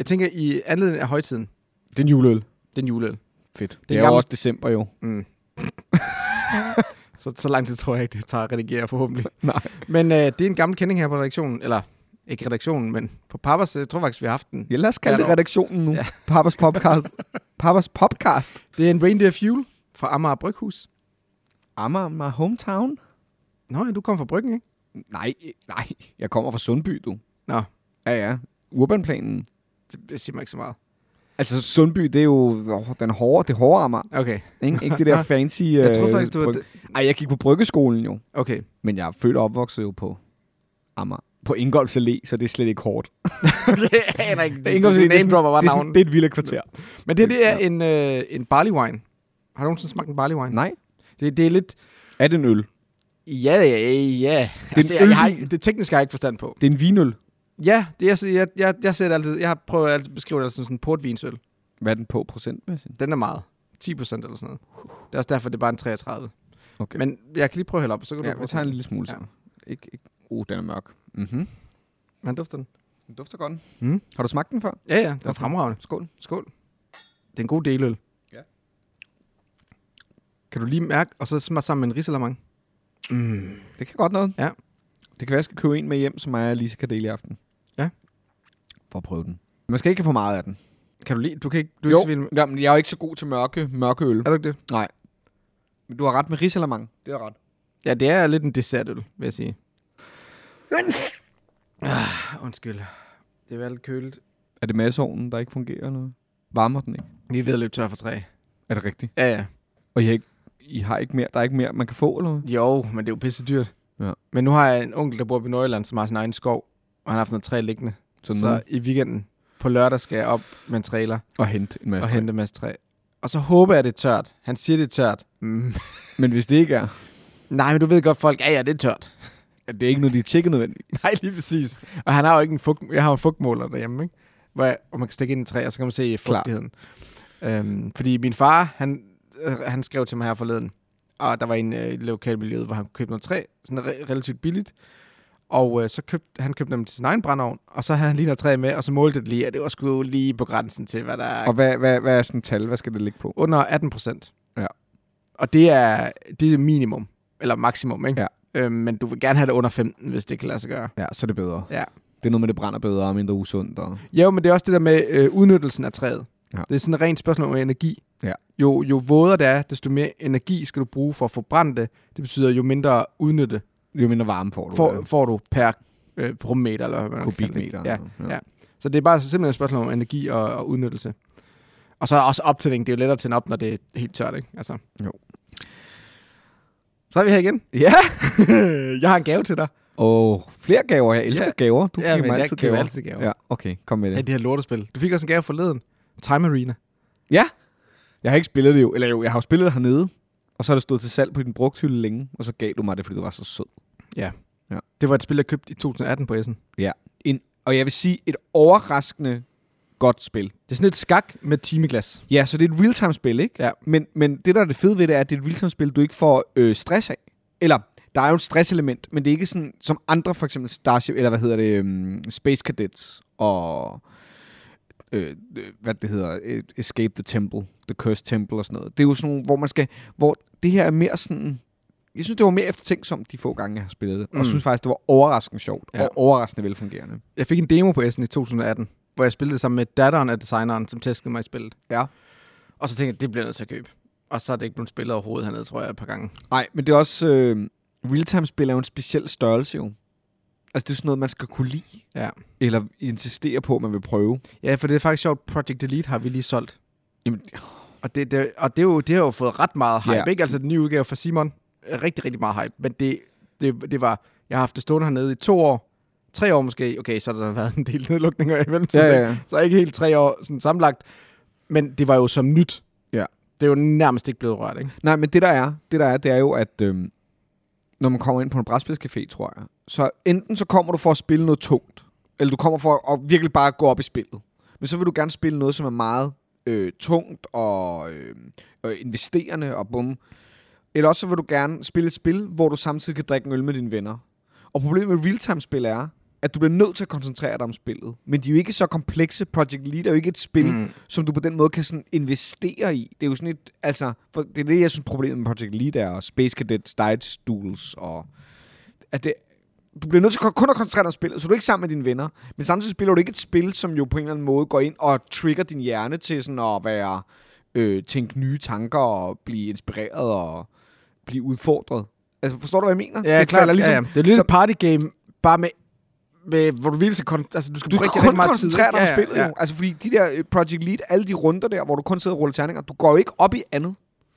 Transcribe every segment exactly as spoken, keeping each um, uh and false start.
Jeg tænker, i anledning af højtiden. Det er en juleøl. Det er en juleøl. Fedt. Det, Det det er er jo gammel- også december jo. Mm. så, så lang tid tror jeg ikke, det tager at redigere forhåbentlig. Nej. Men øh, det er en gammel kending her på redaktionen. Eller, ikke redaktionen, men på Papas. Jeg tror faktisk, vi har haft den. Ja, lad os kalde Ja, det dog. redaktionen nu. Ja. Ja. Papas podcast. Papas podcast. Det er en Reindeer Fuel fra Amager Bryghus. Amager, my hometown. Nå ja, du kom fra Bryggen, ikke? Nej, nej. Jeg kommer fra Sundby, du. Nå. Ja, ja. Urbanplanen. Det, det siger mig ikke så meget. Altså, Sundby, det er jo den hårde, det hårde Amager. Okay. Ikke, ikke det der fancy... Jeg troede øh, faktisk, du var... bryg- Ej, jeg gik på bryggeskolen jo. Okay. Men jeg er født og opvokset jo på Amager. På Ingolfs Allé, så det er slet ikke hårdt. okay, jeg aner ikke. Det er Ingolfs Allé, name det, dropper bare det, er sådan- navnet. det er et vildt kvarter. Men det, det er en, øh, en barley wine. Har du nogensinde smagt en barley wine? Nej. Det, det er lidt... Er det en øl? Ja, ja, ja. en Altså, jeg, jeg har, ølvin. ikke- det tekniske har jeg ikke forstand på. Det er en vinøl. Ja, det er, jeg, jeg, jeg, ser det altid, jeg har prøvet altid at beskrive det som sådan en portvinsøl. Hvad er den på procentmæssigt? Den er meget. ti procent eller sådan noget. Det er også derfor, det er bare en treogtredive. Okay. Men jeg kan lige prøve at hælde op, så kan Ja, du prøve vi at tager en smage. lille smule så. Ja. Ikke, ikke. Uh, den er mørk. Mhm. Hvordan dufter den? Den dufter godt. Mm. Har du smagt den før? Ja, ja, den er Okay. fremragende. Skål. Skål. Det er en god deløl. Ja. Kan du lige mærke, og så smage sammen med en risalamande? Mm. Det kan godt noget. Ja. Det kan være, jeg skal købe en med hjem, som mig og Lise kan dele i aften. Ja. For at prøve den. Man skal ikke have for meget af den. Kan du lide? Du kan ikke, du er Jo, ikke så vild med... jamen, jeg er jo ikke så god til mørke, mørke øl. Er du ikke det? Nej. Men du har ret med risalamande. Det er ret. Ja, det er lidt en dessertøl, vil jeg sige. Ah, undskyld. Det er lidt køligt. Er det masseovnen, der ikke fungerer noget? Varmer den ikke? Vi er ved at løbe tør for træ. Er det rigtigt? Ja, ja. Og I har, ikke, I har ikke mere, der er ikke mere, man kan få, eller hvad? Jo, men det er jo pisse dyrt. Ja. Men nu har jeg en onkel, der bor på Nordjylland, som har sin egen skov. Og han har haft noget træ liggende. Så, Så, så i weekenden på lørdag skal jeg op med en trailer og hente en masse. og træ. hente en masse træ. Og så håber jeg, det er tørt. Han siger, det er tørt. Mm. Men hvis det ikke er, Nej, men du ved godt, folk, ja, ja, det er tørt. er det ikke noget, de tjekker nødvendigvis. Nej, lige præcis. Og han har jo ikke en fugt... Jeg har jo en fugtmåler derhjemme, ikke? Hvor, jeg, hvor man kan stikke ind i et træ, og så kan man se fugtigheden. Øhm, fordi min far, han, øh, han skrev til mig her forleden, og der var en øh, i lokalmiljøet, hvor han kunne købe noget træ, sådan re- relativt billigt. Og øh, så købte han købte dem til sin egen brændeovn, og så havde han lige noget træ med, og så målte det lige, at det var sgu lige på grænsen til, hvad der er Og hvad, hvad, hvad er sådan et tal? Hvad skal det ligge på? under atten procent. Ja. Og det er, det er minimum, eller maksimum, ikke? Ja. Øhm, men du vil gerne have det under femten, hvis det kan lade sig gøre. Ja, så er det bedre. Ja. Det er noget med, det brænder bedre og mindre usundt. Og... Jo, men det er også det der med øh, udnyttelsen af træet. Ja. Det er sådan et rent spørgsmål om energi. Ja. Jo, jo vådere det er, desto mere energi skal du bruge for at forbrænde det. Det betyder, jo mindre udnytte Jo mindre varme får du. får, får du per øh, rummeter, eller hvad man kalder det. kubikmeter. Ja, ja. ja. Så det er bare simpelthen et spørgsmål om energi og, og udnyttelse. Og så også optælling. Det er jo lettere at tænde op, når det er helt tørt, ikke? Altså. Jo. Så er vi her igen. Ja. Jeg har en gave til dig. Og flere gaver. Jeg elsker Ja. gaver. Du Ja, giver men mig jeg altid giver gaver. altid gaver. Ja, okay. Kom med det. Ja, det her lortespil. Du fik også en gave forleden. Time Arena. Ja. Jeg har ikke spillet det jo. Eller jo, jeg har jo spillet det hernede. Og så har det stået til salg på din brugthylde længe. Og så gav du mig det, fordi du var så sød. Ja. Ja. Det var et spil, jeg købte i to tusind atten på S'en. Ja. En, og jeg vil sige, et overraskende godt spil. Det er sådan et skak med timeglas. Ja, så det er et real-time-spil, ikke? Ja. Men, men det, der er det fede ved det, er, at det er et real-time-spil, du ikke får øh, stress af. Eller, der er jo et stresselement, men det er ikke sådan, som andre, for eksempel Starship, eller hvad hedder det, um, Space Cadets, og øh, hvad det hedder, Escape the Temple, The Cursed Temple og sådan noget. Det er jo sådan nogle, hvor man skal, hvor det her er mere sådan, jeg synes, det var mere eftertænksomt de få gange, jeg har spillet det. Og Mm. jeg synes faktisk, det var overraskende sjovt, Ja. og overraskende velfungerende. Jeg fik en demo på S'en i to tusind atten, hvor jeg spillede det sammen med datteren af designeren, som tæskede mig i spillet. Ja. Og så tænkte jeg, det bliver jeg nødt til at købe. Og så er det ikke blevet spillet overhovedet hernede, tror jeg, et par gange. Nej, men det er også, øh, real-time-spil er jo en speciel størrelse jo. Altså, det er sådan noget, man skal kunne lide. Ja. Eller insistere på, at man vil prøve. Ja, for det er faktisk sjovt. Project Elite har vi lige solgt. Jamen, Og det, det, og det, er jo, det har jo fået ret meget hype, Ja. ikke? Altså den nye udgave fra Simon. Rigtig, rigtig meget hype. Men det, det, det var... Jeg har haft det stående hernede i to år. Tre år måske. Okay, så har der været en del nedlukninger i mellemtiden. ja, ja, ikke? ja. Så ikke helt tre år sådan sammenlagt. Men det var jo som nyt. Ja. Det er jo nærmest ikke blevet rørt, ikke? Nej, men det der er, det der er, det er jo, at øhm, når man kommer ind på en brætspilscafé, tror jeg, så enten så kommer du for at spille noget tungt, eller du kommer for at virkelig bare gå op i spillet. Men så vil du gerne spille noget, som er meget øh, tungt og øh, øh, investerende og bum. Eller også så vil du gerne spille et spil, hvor du samtidig kan drikke en øl med dine venner. Og problemet med real-time-spil er, at du bliver nødt til at koncentrere dig om spillet. Men de er jo ikke så komplekse. Project Lead er jo ikke et spil, mm. som du på den måde kan sådan investere i. Det er jo sådan et, altså, for det er det, jeg synes problemet med Project Lead er, og Space Cadets, Dice Duels, og at det, du bliver nødt til kun at koncentrere dig om spillet, så du er ikke sammen med dine venner. Men samtidig spiller du ikke et spil, som jo på en eller anden måde går ind og trigger din hjerne til sådan at være, øh, tænke nye tanker og blive inspireret og blive udfordret. Altså, forstår du, hvad jeg mener? Ja, det klart. Ligesom, ja, ja. Det er lidt et partygame, bare med, med, hvor du virkelig skal, altså, du skal du bruge rigtig, kun rigtig meget tid. koncentrere dig om ja, spillet, ja, ja. jo. Altså, fordi de der Project Lead, alle de runder der, hvor du kun sidder og ruller terninger, du går jo ikke op i andet.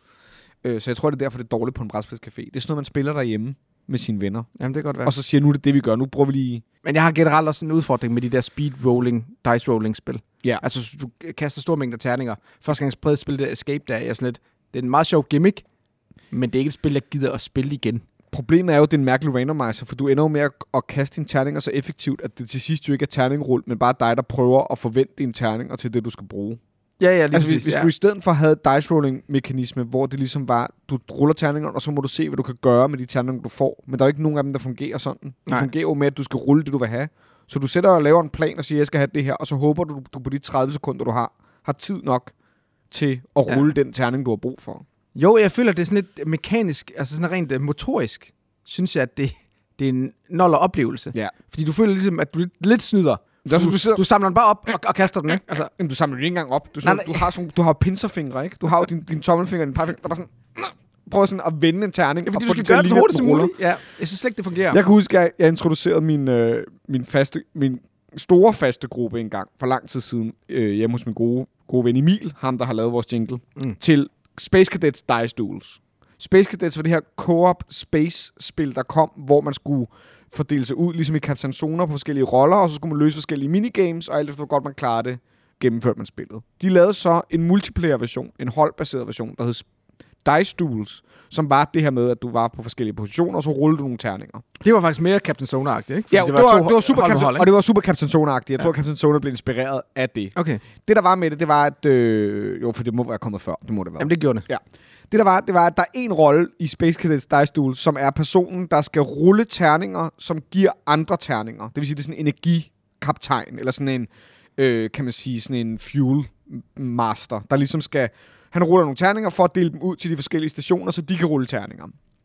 Øh, så jeg tror, det er derfor, det er dårligt på en brætspilscafé. Det er sådan noget, man spiller derhjemme med sine venner. Jamen, det kan godt være. Og så siger nu er det det, vi gør. Nu prøver vi lige... Men jeg har generelt også en udfordring med de der speed rolling, dice rolling spil. Ja. Altså, du kaster store mængder terninger. Første gang jeg spil det Escape, der er jeg sådan lidt, det er en meget sjov gimmick, men det er ikke et spil, jeg gider at spille igen. Problemet er jo, at det er en mærkelig randomizer, for du ender jo med at, at kaste dine terninger så effektivt, at det til sidst jo ikke er terningrull, men bare dig, der prøver at forvente dine terninger til det, du skal bruge. Ja, ja, lige altså, præcis, hvis, hvis ja. du i stedet for havde dice rolling mekanisme, hvor det ligesom bare, du ruller terningerne, og så må du se, hvad du kan gøre med de terninger, du får. Men der er jo ikke nogen af dem, der fungerer sådan. De Nej. fungerer jo med, at du skal rulle det, du vil have. Så du sætter og laver en plan og siger, jeg skal have det her, og så håber du, du på de tredive sekunder, du har, har tid nok til at rulle ja. den terning, du har brug for. Jo, jeg føler, det er sådan lidt mekanisk, altså sådan rent uh, motorisk, synes jeg, at det, det er en noller oplevelse. Ja. Fordi du føler ligesom, at du lidt, lidt snyder. Du, du, sidder... du samler den bare op og, og kaster den, ikke? Altså... Jamen, du samler den ikke engang op. Du, sådan, nej, nej. du har sådan, du har pinserfingre, ikke? Du har jo din, din tommelfinger og din pegefinger, der bare sådan... Prøver sådan at vende en terning. Ja, fordi du skal gøre det så hurtigt som muligt. Ja, jeg synes slet ikke, det fungerer. Jeg kan huske, at jeg, jeg introducerede min, øh, min, faste, min store faste gruppe en gang, for lang tid siden, øh, hjemme hos min gode, gode ven Emil, ham der har lavet vores jingle, mm. til Space Cadets Dice Duels. Space Cadets var det her co-op space-spil, der kom, hvor man skulle fordele sig ud, ligesom i Captain Sonar på forskellige roller, og så skulle man løse forskellige minigames, og alt efter hvor godt man klarede det, gennemførte man spillet. De lavede så en multiplayer-version, en holdbaseret version, der hed Dice Duels, som var det her med, at du var på forskellige positioner, og så rullede du nogle terninger. Det var faktisk mere Captain Sonar-agtigt, ikke? Ja, det var, det, var, det var super Captain, hold, og det var super Captain Sonar-agtigt. Jeg ja. tror, Captain Sonar blev inspireret af det. Okay. Det, der var med det, det var, at... Øh, jo, for det må være kommet før. Det må det være. Jamen, det gjorde det. Ja. Det, der var, det var, at der er en rolle i Space Cadets Dice Duels, som er personen, der skal rulle terninger, som giver andre terninger. Det vil sige, det er sådan en energikaptajn, eller sådan en, øh, kan man sige, sådan en fuel master, der ligesom skal... Han ruller nogle terninger for at dele dem ud til de forskellige stationer, så de kan rulle terninger.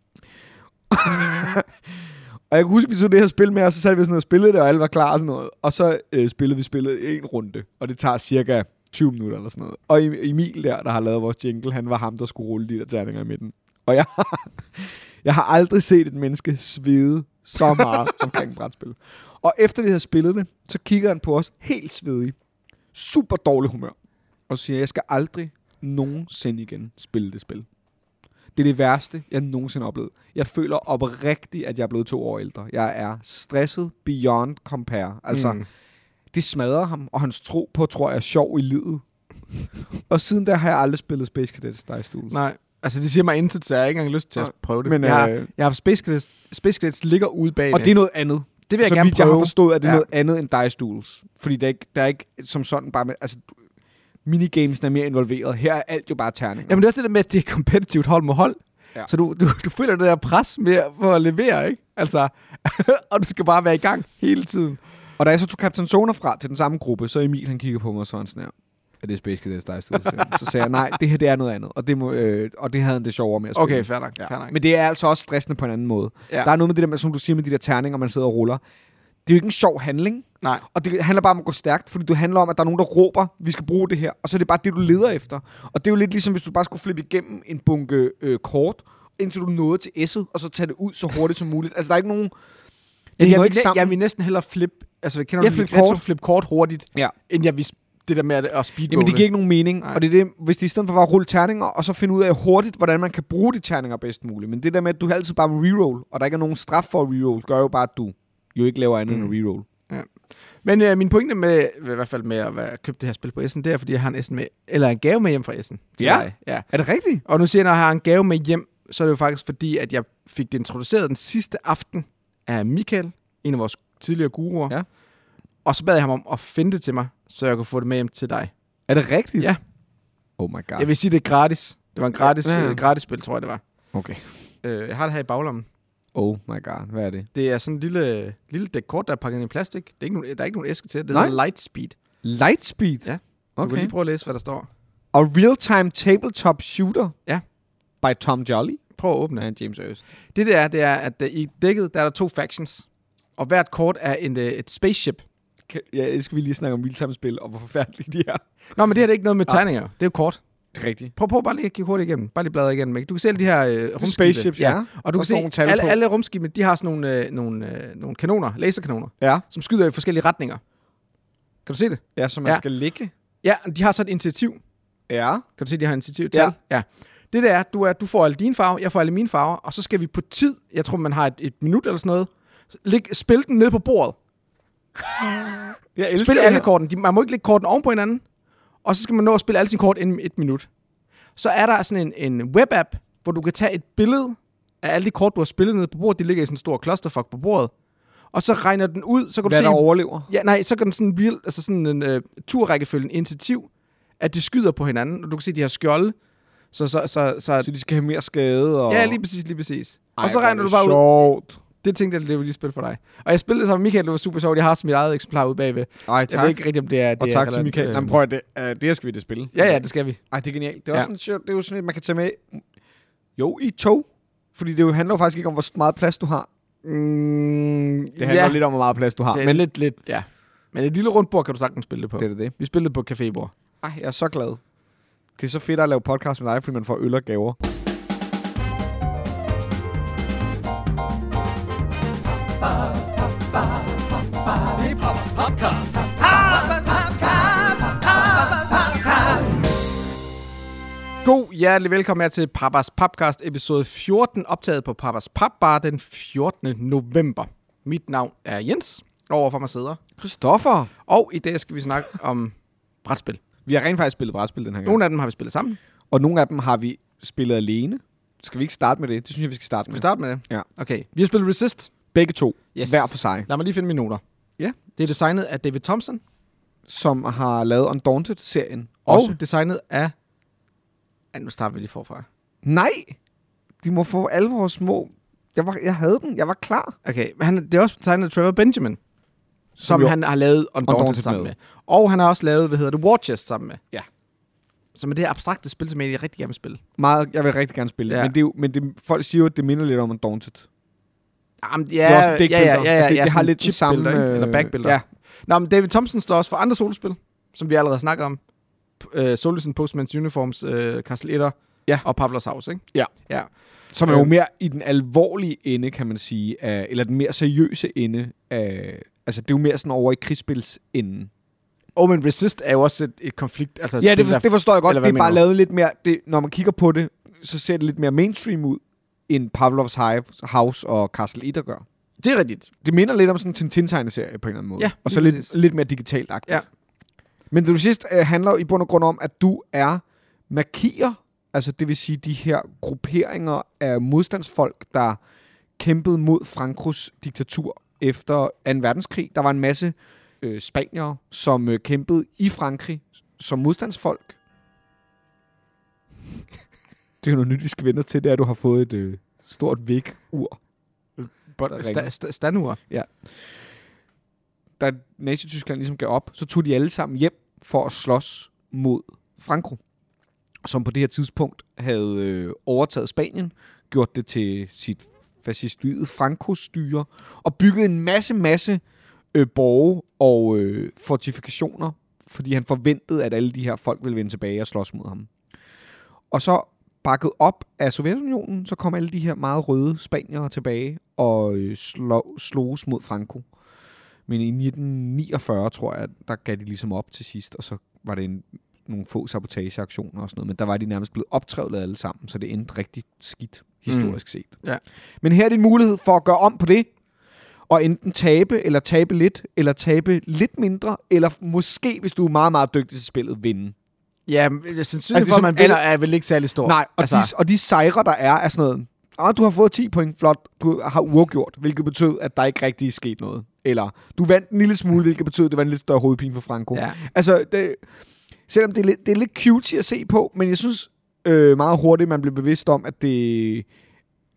Og jeg kan huske, at vi så det her spil med, og så satte vi sådan noget og spillede det, og alle var klar og sådan noget. Og så øh, spillede vi spillet en runde, og det tager cirka tyve minutter eller sådan noget. Og Emil der, der har lavet vores jingle, han var ham, der skulle rulle de der terninger i midten. Og jeg, jeg har aldrig set et menneske svede så meget omkring brætspil. Og efter vi havde spillet det, så kigger han på os helt svedig. Super dårlig humør. Og siger, jeg skal aldrig nogensinde igen spille det spil. Det er det værste, jeg nogensinde har oplevet. Jeg føler oprigtigt, at jeg er blevet to år ældre. Jeg er stresset beyond compare. Altså, mm. det smadrer ham, og hans tro på, tror jeg, er sjov i livet. Og siden der har jeg aldrig spillet Space Cadets Dice Duels. Nej, altså det siger mig intet, så jeg har ikke engang lyst til at prøve det. Men, jeg, har, øh, jeg har haft Space Cadets, Space Cadets ligger ude bag og det er noget andet. Det vil jeg så gerne vidt prøve. jeg har forstået, at det er ja. noget andet end Dice Duels. Fordi der er ikke, der er ikke som sådan bare med... Altså, minigamesen er mere involveret. Her er alt jo bare terninger. Jamen det er også det der med, at det er kompetitivt hold mod hold. Ja. Så du, du, du føler det der pres med at levere, ikke? Altså, og du skal bare være i gang hele tiden. Og da jeg så tog Captain Sonar fra til den samme gruppe, så Emil han kigger på mig og sådan sådan her. Er det Space Cadets Dice Duels? Så sagde jeg, nej, det her det er noget andet. Og det, må, øh, og det havde han det sjovere med at spille. Okay, fair nok. Ja. Fair nok. Men det er altså også stressende på en anden måde. Ja. Der er noget med det der, med, som du siger, med de der terninger, man sidder og ruller. Det er jo ikke en sjov handling. Nej. Og det handler bare om at gå stærkt, fordi det handler om, at der er nogen, der råber, vi skal bruge det her. Og så er det bare det, du leder efter. Og det er jo lidt ligesom, hvis du bare skulle flippe igennem en bunke øh, kort, indtil du nåede til S'et, og så tage det ud så hurtigt som muligt. Altså, der er ikke nogen... Jeg, jeg, vil, næ- jeg vil næsten hellere flip, altså jeg kender jeg flip kort. flip kort hurtigt, ja. end jeg vil det der med at, at speedrolle. Jamen det giver ikke nogen mening. Nej. Og det er det, hvis det i stedet for bare at rulle terninger, og så finde ud af hurtigt, hvordan man kan bruge de terninger bedst muligt. Men det der med, at du altid bare må reroll, og der ikke er nogen straf for at reroll, gør jo bare, at du jo ikke laver andet mm. end at reroll. Ja. Men øh, min pointe med, i hvert fald med at være, købe det her spil på S'en, det er, fordi jeg har en S'en med, eller en gave med hjem fra S'en. Ja? Ja. Er det rigtigt? Og nu siger jeg, når jeg har en gave med hjem, så er det jo faktisk fordi, at jeg fik det introduceret den sidste aften af Michael, en af vores tidligere guruer. Ja. Og så bad jeg ham om at finde det til mig, så jeg kunne få det med hjem til dig. Er det rigtigt? Ja. Oh my god. Jeg vil sige, det er gratis. Det var en gratis, ja. øh, gratis spil, tror jeg, det var. Okay. Øh, jeg har det her i baglommen. Oh my god, hvad er det? Det er sådan en lille, lille dækkort, der er pakket ind i plastik. Det er ikke nogen, der er ikke nogen æske til. Det Nej. hedder Lightspeed. Lightspeed? Ja. Du Okay. kan lige prøve at læse, hvad der står. A real-time tabletop shooter? Ja. By Tom Jolly? Prøv at åbne. Ja, James Øst. Det der er, det er, at uh, i dækket, der er der to factions. Og hvert kort er en, uh, et spaceship. Jeg elsker, vi lige snakke om real-time-spil, og hvor forfærdelige de er. Nå, men det her det er ikke noget med tegninger. Det er jo kort. Det er rigtigt. Prøv, prøv bare lige at kigge hurtigt igennem. Bare lige bladre igennem. Ikke? Du kan se alle de her uh, rumskibe. Spaceships, ja. Og du Der står kan nogle se, tal alle, på. alle rumskibe, de har sådan nogle, uh, nogle, uh, nogle kanoner, laserkanoner, Ja. som skyder i forskellige retninger. Kan du se det? Ja, så man Ja. skal ligge. Ja, de har så et initiativ. Ja. Kan du se, de har et initiativ til? Ja. ja. Det der er, du, er, du får alle dine farver, jeg får alle mine farver, og så skal vi på tid, jeg tror, man har et, et minut eller sådan noget, Læg, spil den ned på bordet. Jeg elsker Spil det alle her. korten. De, man må ikke lægge korten oven på hinanden. Og så skal man nå at spille alle sine kort inden et minut. Så er der sådan en, en webapp, hvor du kan tage et billede af alle de kort, du har spillet ned på bordet. De ligger i sådan en stor clusterfuck på bordet. Og så regner den ud, så kan Hvad du se... der overlever? Ja, nej, så kan den sådan real, altså sådan en uh, turrækkefølge, en initiativ, at de skyder på hinanden, og du kan se, de har skjolde. Så, så, så, så, Så de skal have mere skade og... ja, lige præcis, lige præcis. Ej, og så hvor regner er du det bare ud. sjovt. Det tænkte jeg, det ville lige spille for dig. Og jeg spillede det sammen med Michael, det var super sjovt. Jeg har mit eget eksemplar ude bagved. Ej, Jeg tak. ved ikke rigtig, om det er... Det Og er tak til relevant. Michael. Øh, Jamen, prøv at det, uh, det her skal vi det spille. Ja, ja, det skal vi. Ej, det er genialt. Det er, Ja. også sådan, sjovt. Det er jo sådan et, man kan tage med... Jo, i et tog. Fordi det jo handler jo faktisk ikke om, hvor meget plads du har. Mm, Det handler ja, ja, lidt om, hvor meget plads du har. det er Men lidt, lidt, ja. Men et lille rundt bord kan du sagtens spille det på. det er det. Vi spillede på cafébord. Ej, jeg er så glad. Det er så fedt at lave podcast med dig, fordi man får øl og gaver. Det er Papas Podcast. God hjertelig velkommen her til Papas Podcast episode fjorten, optaget på Papas Papbar den fjortende november. Mit navn er Jens, overfor mig sidder. Christoffer! Og i dag skal vi snakke om brætspil. Vi har rent faktisk spillet brætspil den her gang. Nogle af dem har vi spillet sammen. Og nogle af dem har vi spillet alene. Skal vi ikke starte med det? Det synes jeg, vi skal starte Skal med. vi starte med det? Ja. Okay. Vi har spillet Resist. Begge to. Yes. Hver for sig. Lad mig lige finde mine noter. Ja. Det er designet af David Thompson. Som har lavet Undaunted-serien. Og Også. designet af... Ja, nu starter vi lige forfra. Nej! De må få alle vores små... Jeg, var, jeg havde dem. Jeg var klar. Okay, men han, det er også designet af Trevor Benjamin, som, Som jo- han har lavet Undaunted, Undaunted sammen med. med. Og han har også lavet, hvad hedder det, War Chest sammen med. Ja. Som er det her abstrakte spil, som jeg rigtig gerne vil spille. Meget, jeg vil rigtig gerne spille det. Ja. Men, det er jo, men det, folk siger jo, at det minder lidt om Undaunted. Jamen, ja, Det er også ja, dækbilleder. ja, ja, ja, Altså, det- ja, det har sådan lidt den samme, chipbilleder, ikke? Eller øh, backbilleder. ja. Nå, men David Thompson står også for andre solospil, som vi allerede snakker om. Uh, Solis Postman's Uniforms, uh, Castle Etter Ja. og Pavlos House, ikke? Ja. Ja. Som er jo Øhm. mere i den alvorlige ende, kan man sige. Af, eller den mere seriøse ende. Af, altså, det er jo mere sådan over i krigsspilsenden. Og men Resist er jo også et, et konflikt. Altså et Ja, spil, det, for, der- det forstår jeg godt. eller Det hvad er bare mener du? lavet lidt mere... Det, når man kigger på det, så ser det lidt mere mainstream ud, end Pavlovs House og Castle Etter gør. Det er rigtigt. Det minder lidt om sådan en Tintin-tegneserie på en eller anden måde. Ja, og så lige lidt, præcis. lidt mere digitalt-agtigt. Ja. Men det sidst øh, handler jo i bund og grund om, at du er markier, altså det vil sige de her grupperinger af modstandsfolk, der kæmpede mod Frankrigs diktatur efter anden verdenskrig. Der var en masse øh, spaniere, som øh, kæmpede i Frankrig som modstandsfolk. Det er jo noget nyt, vi skal vende os til, det er, at du har fået et øh, stort væk-ur. But, Der sta, ringer. sta, standure. Da Nazi-Tyskland ligesom gav op, så tog de alle sammen hjem for at slås mod Frankrig, som på det her tidspunkt havde øh, overtaget Spanien, gjort det til sit fascistoide Franco-styre, og bygget en masse, masse øh, borge og øh, fortifikationer, fordi han forventede, at alle de her folk ville vende tilbage og slås mod ham. Og så bakket op af Sovjetunionen, så kom alle de her meget røde spaniere tilbage og øh, slå, sloges mod Franco. Men i nitten niogfyrre, tror jeg, der gav de ligesom op til sidst, og så var det en, nogle få sabotageaktioner og sådan noget, men der var de nærmest blevet optrævlet alle sammen, så det endte rigtig skidt, historisk mm. set. Ja. Men her er din mulighed for at gøre om på det, og enten tabe, eller tabe lidt, eller tabe lidt mindre, eller måske, hvis du er meget, meget dygtig til spillet, vinde. Ja, men sandsynligheden Altså, for, at ligesom man vinder, alle- er vel ikke særlig stor. Nej, og, altså, de, og de sejre, der er, er sådan noget, ah, du har fået ti point, flot, du har uafgjort, hvilket betød, at der ikke rigtig er sket noget. Eller, du vandt en lille smule, hvilket betød, at det var en lidt større hovedpine for Franco. ja. Altså, det, selvom det er, lidt, det er lidt cute at se på, men jeg synes øh, meget hurtigt, man bliver bevidst om, at det,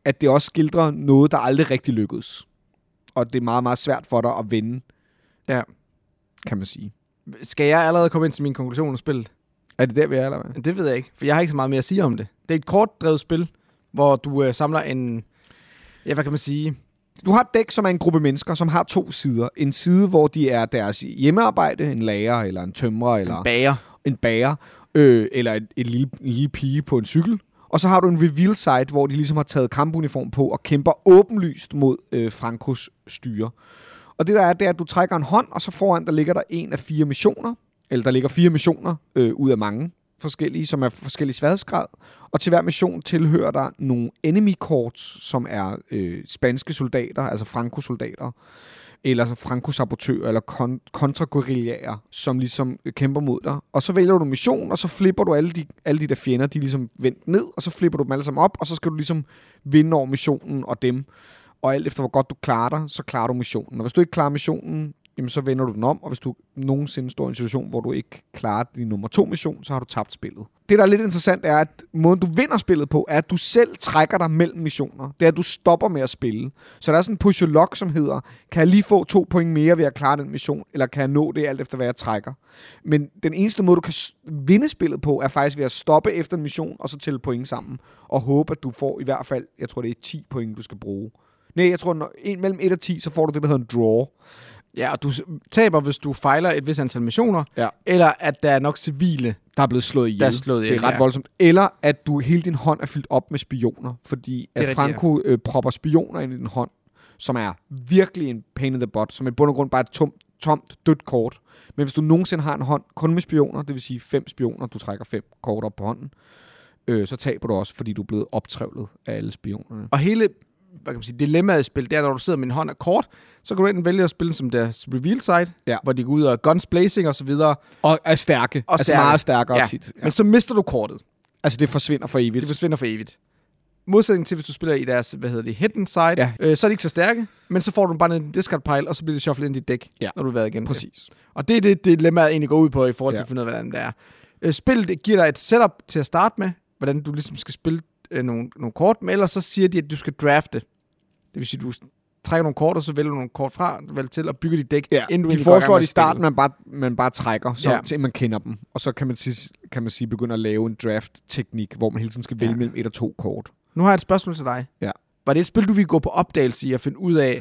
at det også skildrer noget, der aldrig rigtig lykkedes. Og det er meget, meget svært for dig at vinde, Ja. kan man sige. Skal jeg allerede komme ind til min konklusion af spillet? Er det der, vi er, eller hvad? Det ved jeg ikke, for jeg har ikke så meget mere at sige om det. Det er et kortdrevet spil, hvor du øh, samler en... Ja, hvad kan man sige? Du har et dæk, som er en gruppe mennesker, som har to sider. En side, hvor de er deres hjemmearbejde, en lærer, eller en tømrer, eller En bager. en bager, øh, eller et, et lille, en lille pige på en cykel. Og så har du en reveal site, hvor de ligesom har taget kampuniform på og kæmper åbenlyst mod øh, Francos styre. Og det der er, det er, at du trækker en hånd, og så foran der ligger der en af fire missioner, eller der ligger fire missioner øh, ud af mange forskellige, som er forskellige sværhedsgrad. Og til hver mission tilhører der nogle enemy corps, som er øh, spanske soldater, altså Franco-soldater, eller altså Franco-sabotører, eller kon- kontra-guerillager, som ligesom øh, kæmper mod dig. Og så vælger du en mission, og så flipper du alle de, alle de der fjender, de er ligesom vendt ned, og så flipper du dem alle sammen op, og så skal du ligesom vinde over missionen og dem. Og alt efter hvor godt du klarer dig, så klarer du missionen. Og hvis du ikke klarer missionen, jamen så vender du den om, og hvis du nogensinde står i en situation, hvor du ikke klarer din nummer to mission, så har du tabt spillet. Det, der er lidt interessant, er, at måden du vinder spillet på, er, at du selv trækker dig mellem missioner. Det er, at du stopper med at spille. Så der er sådan en push-your-luck, som hedder, kan jeg lige få to point mere ved at klare den mission, eller kan jeg nå det alt efter, hvad jeg trækker. Men den eneste måde, du kan vinde spillet på, er faktisk ved at stoppe efter en mission, og så tælle point sammen, og håbe, at du får i hvert fald, jeg tror, det er ti point, du skal bruge. Nej, jeg tror, når en mellem et og ti, så får du det, der hedder en draw. Ja, og du taber, hvis du fejler et vis antal missioner, Ja. eller at der er nok civile, Der er blevet slået ihjel. der er slået ihjel. Det er ret ja. voldsomt. Eller at du hele din hånd er fyldt op med spioner, fordi er at rigtigt, Franco øh, propper spioner ind i din hånd, som er virkelig en pain in the butt, som i bund og grund bare er et tomt, tomt dødt kort. Men hvis du nogensinde har en hånd kun med spioner, det vil sige fem spioner, du trækker fem kort op på hånden, øh, så taber du også, fordi du er blevet optrævlet af alle spionerne. Og hele hvad kan man sige, dilemmaet i spil, det er, når du sidder med en hånd af kort, så kan du enten vælge at spille som deres reveal site, Ja. hvor de går ud og guns blazing og så videre. Og er stærke. Og altså stærke. meget stærkere Ja. tit. Ja. Men så mister du kortet. Altså det forsvinder for evigt. Det forsvinder for evigt. Modsætning til, hvis du spiller i deres, hvad hedder det, hidden side, Ja. øh, så er de ikke så stærke, men så får du bare en discard pile, og så bliver det shufflet ind i dit dæk, Ja. når du har været igen. Præcis. Og det er det, det dilemmaet egentlig går ud på, i forhold til Ja. at finde ud af, hvordan det er. Øh, spillet det giver dig et setup til at starte med, hvordan du ligesom skal spille øh, nogle, nogle kort, men ellers så siger de, at du skal drafte. Det vil sige, du trækker nogle kort, og så vælger du nogle kort fra, du vælger til, og bygger dit dæk. Ja, inden du de egentlig går i gang foreslår med at i at starten, spille. man bare, man bare trækker, så, Ja. til man kender dem. Og så kan man, sige, kan man sige, begynde at lave en draft-teknik, hvor man hele tiden skal vælge Ja. mellem et og to kort. Nu har jeg et spørgsmål til dig. Ja. Var det et spil, du ville gå på opdagelse i at finde ud af,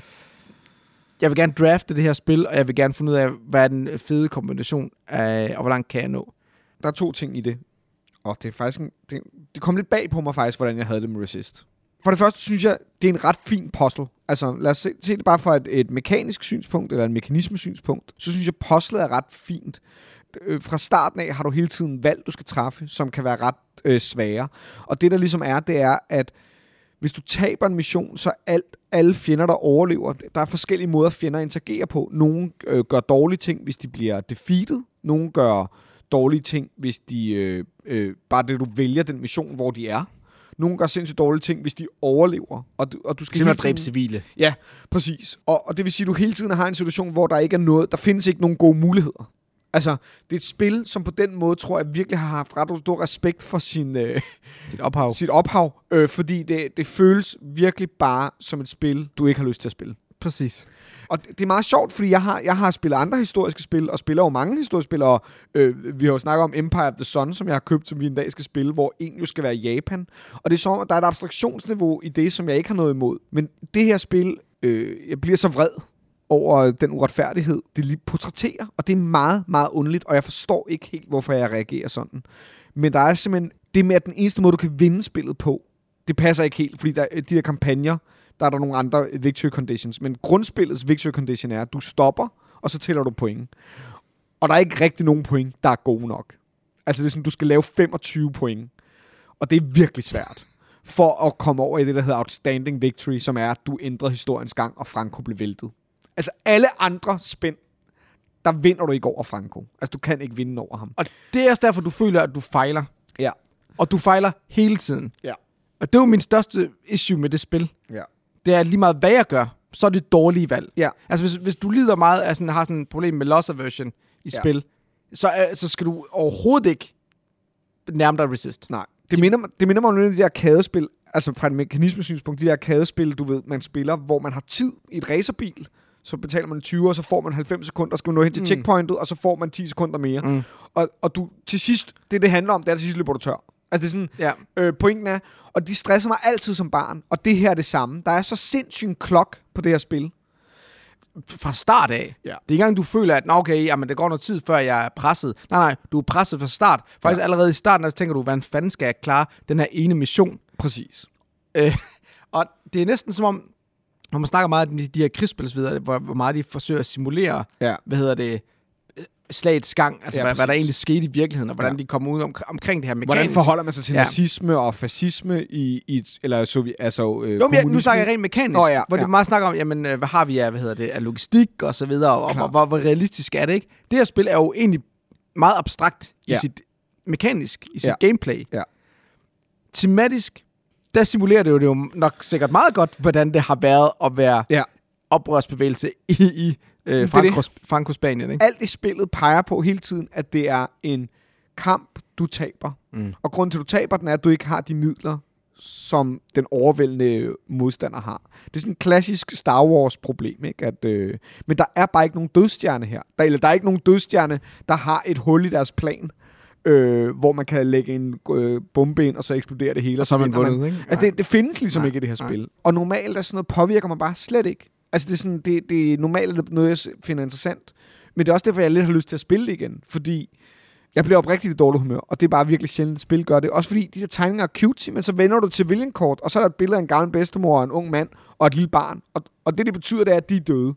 jeg vil gerne drafte det her spil, og jeg vil gerne finde ud af, hvad er den fede kombination af, og hvor langt kan jeg nå? Der er to ting i det. Og det er faktisk en, det, det kom lidt bag på mig faktisk, hvordan jeg havde det med Resist. For det første synes jeg, det er en ret fin puzzle. Altså lad os se, se det bare fra et, et mekanisk synspunkt, eller en mekanismesynspunkt. Så synes jeg, puzzlet er ret fint. Øh, fra starten af har du hele tiden valg, du skal træffe, som kan være ret øh, svære. Og det der ligesom er, det er, at hvis du taber en mission, så alt, alle fjender, der overlever, der er forskellige måder, fjender interagerer på. Nogle øh, gør dårlige ting, hvis de bliver defeated. Nogle gør dårlige ting, hvis de øh, øh, bare det, du vælger den mission, hvor de er. Nogle gør sindssygt dårlige ting, hvis de overlever. Og du, og du skal Simpelthen hele dræbe tiden- civile. Ja, præcis. Og, og det vil sige, at du hele tiden har en situation, hvor der ikke er noget, der findes ikke nogen gode muligheder. Altså, det er et spil, som på den måde, tror jeg, virkelig har haft ret stor respekt for sin, øh, Dit ophav. sit ophav, øh, fordi det, det føles virkelig bare som et spil, du ikke har lyst til at spille. Præcis. Og det det er meget sjovt, fordi jeg har, jeg har spillet andre historiske spil, og spiller jo mange historiske spil, og øh, vi har jo snakket om Empire of the Sun, som jeg har købt, som vi en dag skal spille, hvor en jo skal være Japan. Og det er som, at der er et abstraktionsniveau i det, som jeg ikke har noget imod. Men det her spil, øh, jeg bliver så vred over den uretfærdighed, det lige portrætterer, og det er meget, meget underligt, og jeg forstår ikke helt, hvorfor jeg reagerer sådan. Men der er simpelthen det med, at den eneste måde, du kan vinde spillet på, det passer ikke helt, fordi der, de der kampagner, der er der nogle andre victory conditions, men grundspillets victory condition er, at du stopper, og så tæller du point. Og der er ikke rigtig nogen point, der er gode nok. Altså det er sådan, du skal lave femogtyve point, og det er virkelig svært, for at komme over i det, der hedder outstanding victory, som er, at du ændrer historiens gang, og Franco blev væltet. Altså alle andre spænd, der vinder du ikke over Franco. Altså du kan ikke vinde over ham. Og det er også derfor, du føler, at du fejler. Ja. Og du fejler hele tiden. Ja. Og det er jo min største issue med det spil. Ja. Det er lige meget, hvad jeg gør, så er det dårlige valg. Ja. Altså, hvis, hvis du lider meget af sådan, har sådan et problem med loss aversion i Ja. spil, så, øh, så skal du overhovedet ikke nærme dig resist. Nej. Det minder, det minder mig om nogle af de der kædespil, altså fra et mekanismesynspunkt, de der kædespil, du ved, man spiller, hvor man har tid i et racerbil, så betaler man tyve, og så får man halvfems sekunder, og skal man nå hen til mm. checkpointet, og så får man ti sekunder mere. Mm. Og, og du til sidst, det det handler om, det er til sidst løber du tør. Altså det er sådan, ja. øh, pointen er, og de stresser mig altid som barn, og det her er det samme. Der er så sindssygt en klok på det her spil. Fra start af. Ja. Det er ikke engang, du føler, at okay, jamen, det går noget tid, før jeg er presset. Nej, nej, du er presset fra start. Faktisk ja. allerede i starten, der tænker du, hvordan fanden skal jeg klare den her ene mission? Præcis. Øh, og det er næsten som om, når man snakker meget om de, de her krigsspil, hvor, hvor meget de forsøger at simulere, ja. hvad hedder det, slagets gang, altså ja, hvad, hvad der egentlig skete i virkeligheden, og hvordan ja. de kommer ud om, omkring det her mekanisk. Hvordan forholder man sig til ja. nazisme og fascisme i, i eller så vi altså øh, jo, men nu snakker jeg rent mekanisk, oh, ja, hvor ja. de meget snakker om, jamen, hvad har vi af, hvad hedder det, af logistik og så videre, og, og hvor, hvor realistisk er det, ikke? Det her spil er jo egentlig meget abstrakt ja. i sit mekanisk, i sit ja. gameplay. Ja. Tematisk, der simulerer det jo, det jo nok sikkert meget godt, hvordan det har været at være ja. oprørsbevægelse i, i øh, Franco-Spanien. Ikke? Alt i spillet peger på hele tiden, at det er en kamp, du taber. Mm. Og grunden til, at du taber den, er, at du ikke har de midler, som den overvældende modstander har. Det er sådan en klassisk Star Wars-problem, ikke? At, øh, men der er bare ikke nogen dødstjerne her. Der, eller der er ikke nogen dødstjerne, der har et hul i deres plan, øh, hvor man kan lægge en øh, bombe ind, og så eksploderer det hele. Og så er man vundet, ikke? Altså, det, det findes ligesom nej, ikke i det her spil. nej. Og normalt er sådan noget, påvirker man bare slet ikke. Altså, det er, sådan, det, det er normalt noget, jeg finder interessant. Men det er også derfor, jeg lidt har lyst til at spille det igen. Fordi jeg bliver oprigtigt i dårlig humør, og det er bare virkelig sjældent, at spil gør det. Også fordi de der tegninger er cute, men så vender du til Villian-kort, og så er der et billede af en gammel bedstemor og en ung mand og et lille barn. Og, og det, det betyder, det er, at de er døde.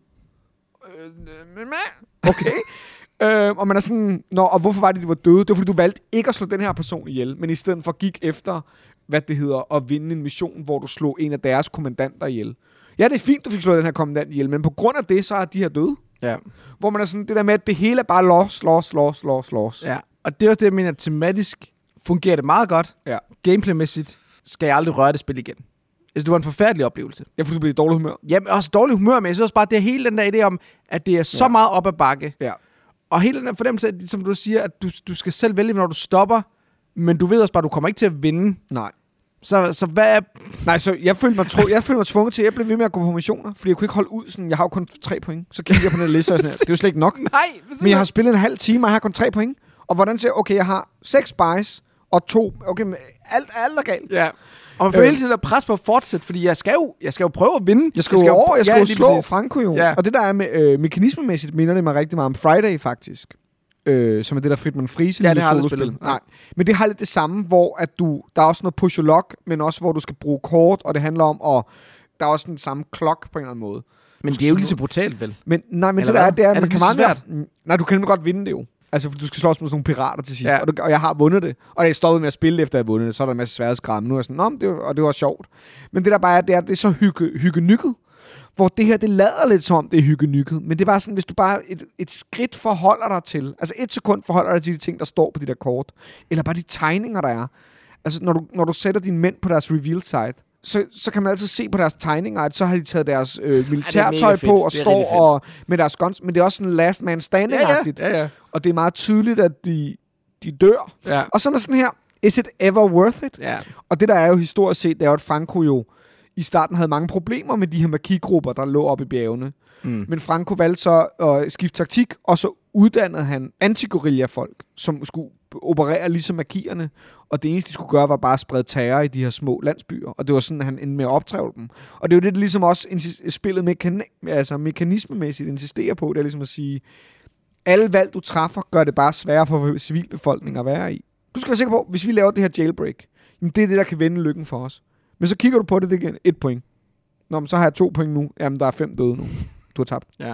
Okay. øh, og man er sådan, nå, og hvorfor var det, de var døde? Det var, fordi du valgte ikke at slå den her person ihjel, men i stedet for gik efter, hvad det hedder, at vinde en mission, hvor du slog en af deres kommandanter ihjel. Ja, det er fint, du fik slået den her kommandant ihjel, men på grund af det, så er de her døde. Ja. Hvor man er sådan, det der med, at det hele er bare loss, loss, loss, loss, loss. Ja, og det er også det, jeg mener, tematisk fungerer det meget godt. Ja. Gameplaymæssigt skal jeg aldrig røre det spil igen. Altså, det var en forfærdelig oplevelse. Ja, fordi du bliver i dårlig humør. Jamen, også dårlig humør, men jeg synes også bare, det er hele den der idé om, at det er så ja. meget op ad bakke. Ja. Og hele den der fornemmelse, som du siger, at du, du skal selv vælge, når du stopper, men du ved også bare, at du kommer ikke til at vinde. Nej. Så, så hvad er... Nej, så jeg følte mig, tro, jeg følte mig tvunget til, at jeg blev ved med at gå på missioner, fordi jeg kunne ikke holde ud sådan, jeg har jo kun tre point. Så kigger jeg på den liste og sådan, det er jo slet ikke nok. Nej, men jeg har spillet en halv time, og jeg har kun tre point. Og hvordan siger jeg, okay, jeg har seks buys og to, okay, alt, alt er galt. Ja. Og man får øh. hele tiden at presse på at fortsætte, fordi jeg skal jo, jeg skal jo prøve at vinde. Jeg skal, jeg skal jo over, jeg skal ja, jo slå præcis. Franco jo. Ja. Og det der er med øh, mekanismemæssigt, minder det mig rigtig meget om Friday faktisk. Øh, som er det der Fritman Friese. Ja, det har jeg spillet. Nej. Men det har lidt det samme, hvor at du, der er også noget push og lock, men også hvor du skal bruge kort, og det handler om, at der er også den samme klok på en eller anden måde. Men det er jo ikke lige så brutalt, vel? Men, nej, men eller det der er, det er, er det man kan meget svært? Mere, nej, du kan nemlig godt vinde det jo. Altså, for du skal slås med sådan nogle pirater til sidst, ja. og, du, og jeg har vundet det. Og jeg stoppede med at spille efter, jeg havde vundet det. Så er der en masse sværhedsgrad. Nu er jeg sådan, nå, det var, og det var sjovt. Men det der bare er, det er, det er så hygge, hyggenykket. Hvor det her, det lader lidt som om, det er hyggenykket. Men det er bare sådan, hvis du bare et, et skridt forholder dig til, altså et sekund forholder dig til de ting, der står på de der kort, eller bare de tegninger, der er. Altså, når du, når du sætter dine mænd på deres reveal site, så, så kan man altid se på deres tegninger, at så har de taget deres øh, militærtøj på og står og med deres guns, men det er også sådan last man standing-agtigt. Ja, ja. Ja, ja. Og det er meget tydeligt, at de, de dør. Ja. Og så er man sådan her, is it ever worth it? Ja. Og det der er jo historisk set, det er jo, at Franco jo i starten havde mange problemer med de her markigrupper, der lå oppe i bjergene. Mm. Men Franco valgte så at skifte taktik, og så uddannede han anti-guerilla-folk, som skulle operere ligesom markierne. Og det eneste, de skulle gøre, var bare at sprede terror i de her små landsbyer. Og det var sådan, at han endte med at optræve dem. Og det er jo det, der ligesom også insis- spillet mekani- altså mekanismemæssigt insisterer på. Det er ligesom at sige, alle valg, du træffer, gør det bare sværere for civilbefolkningen at være i. Du skal være sikker på, hvis vi laver det her jailbreak, jamen det er det, der kan vende lykken for os. Men så kigger du på det, det er et point. Nå, men så har jeg to point nu. Jamen, der er fem døde nu. Du har tabt. Ja.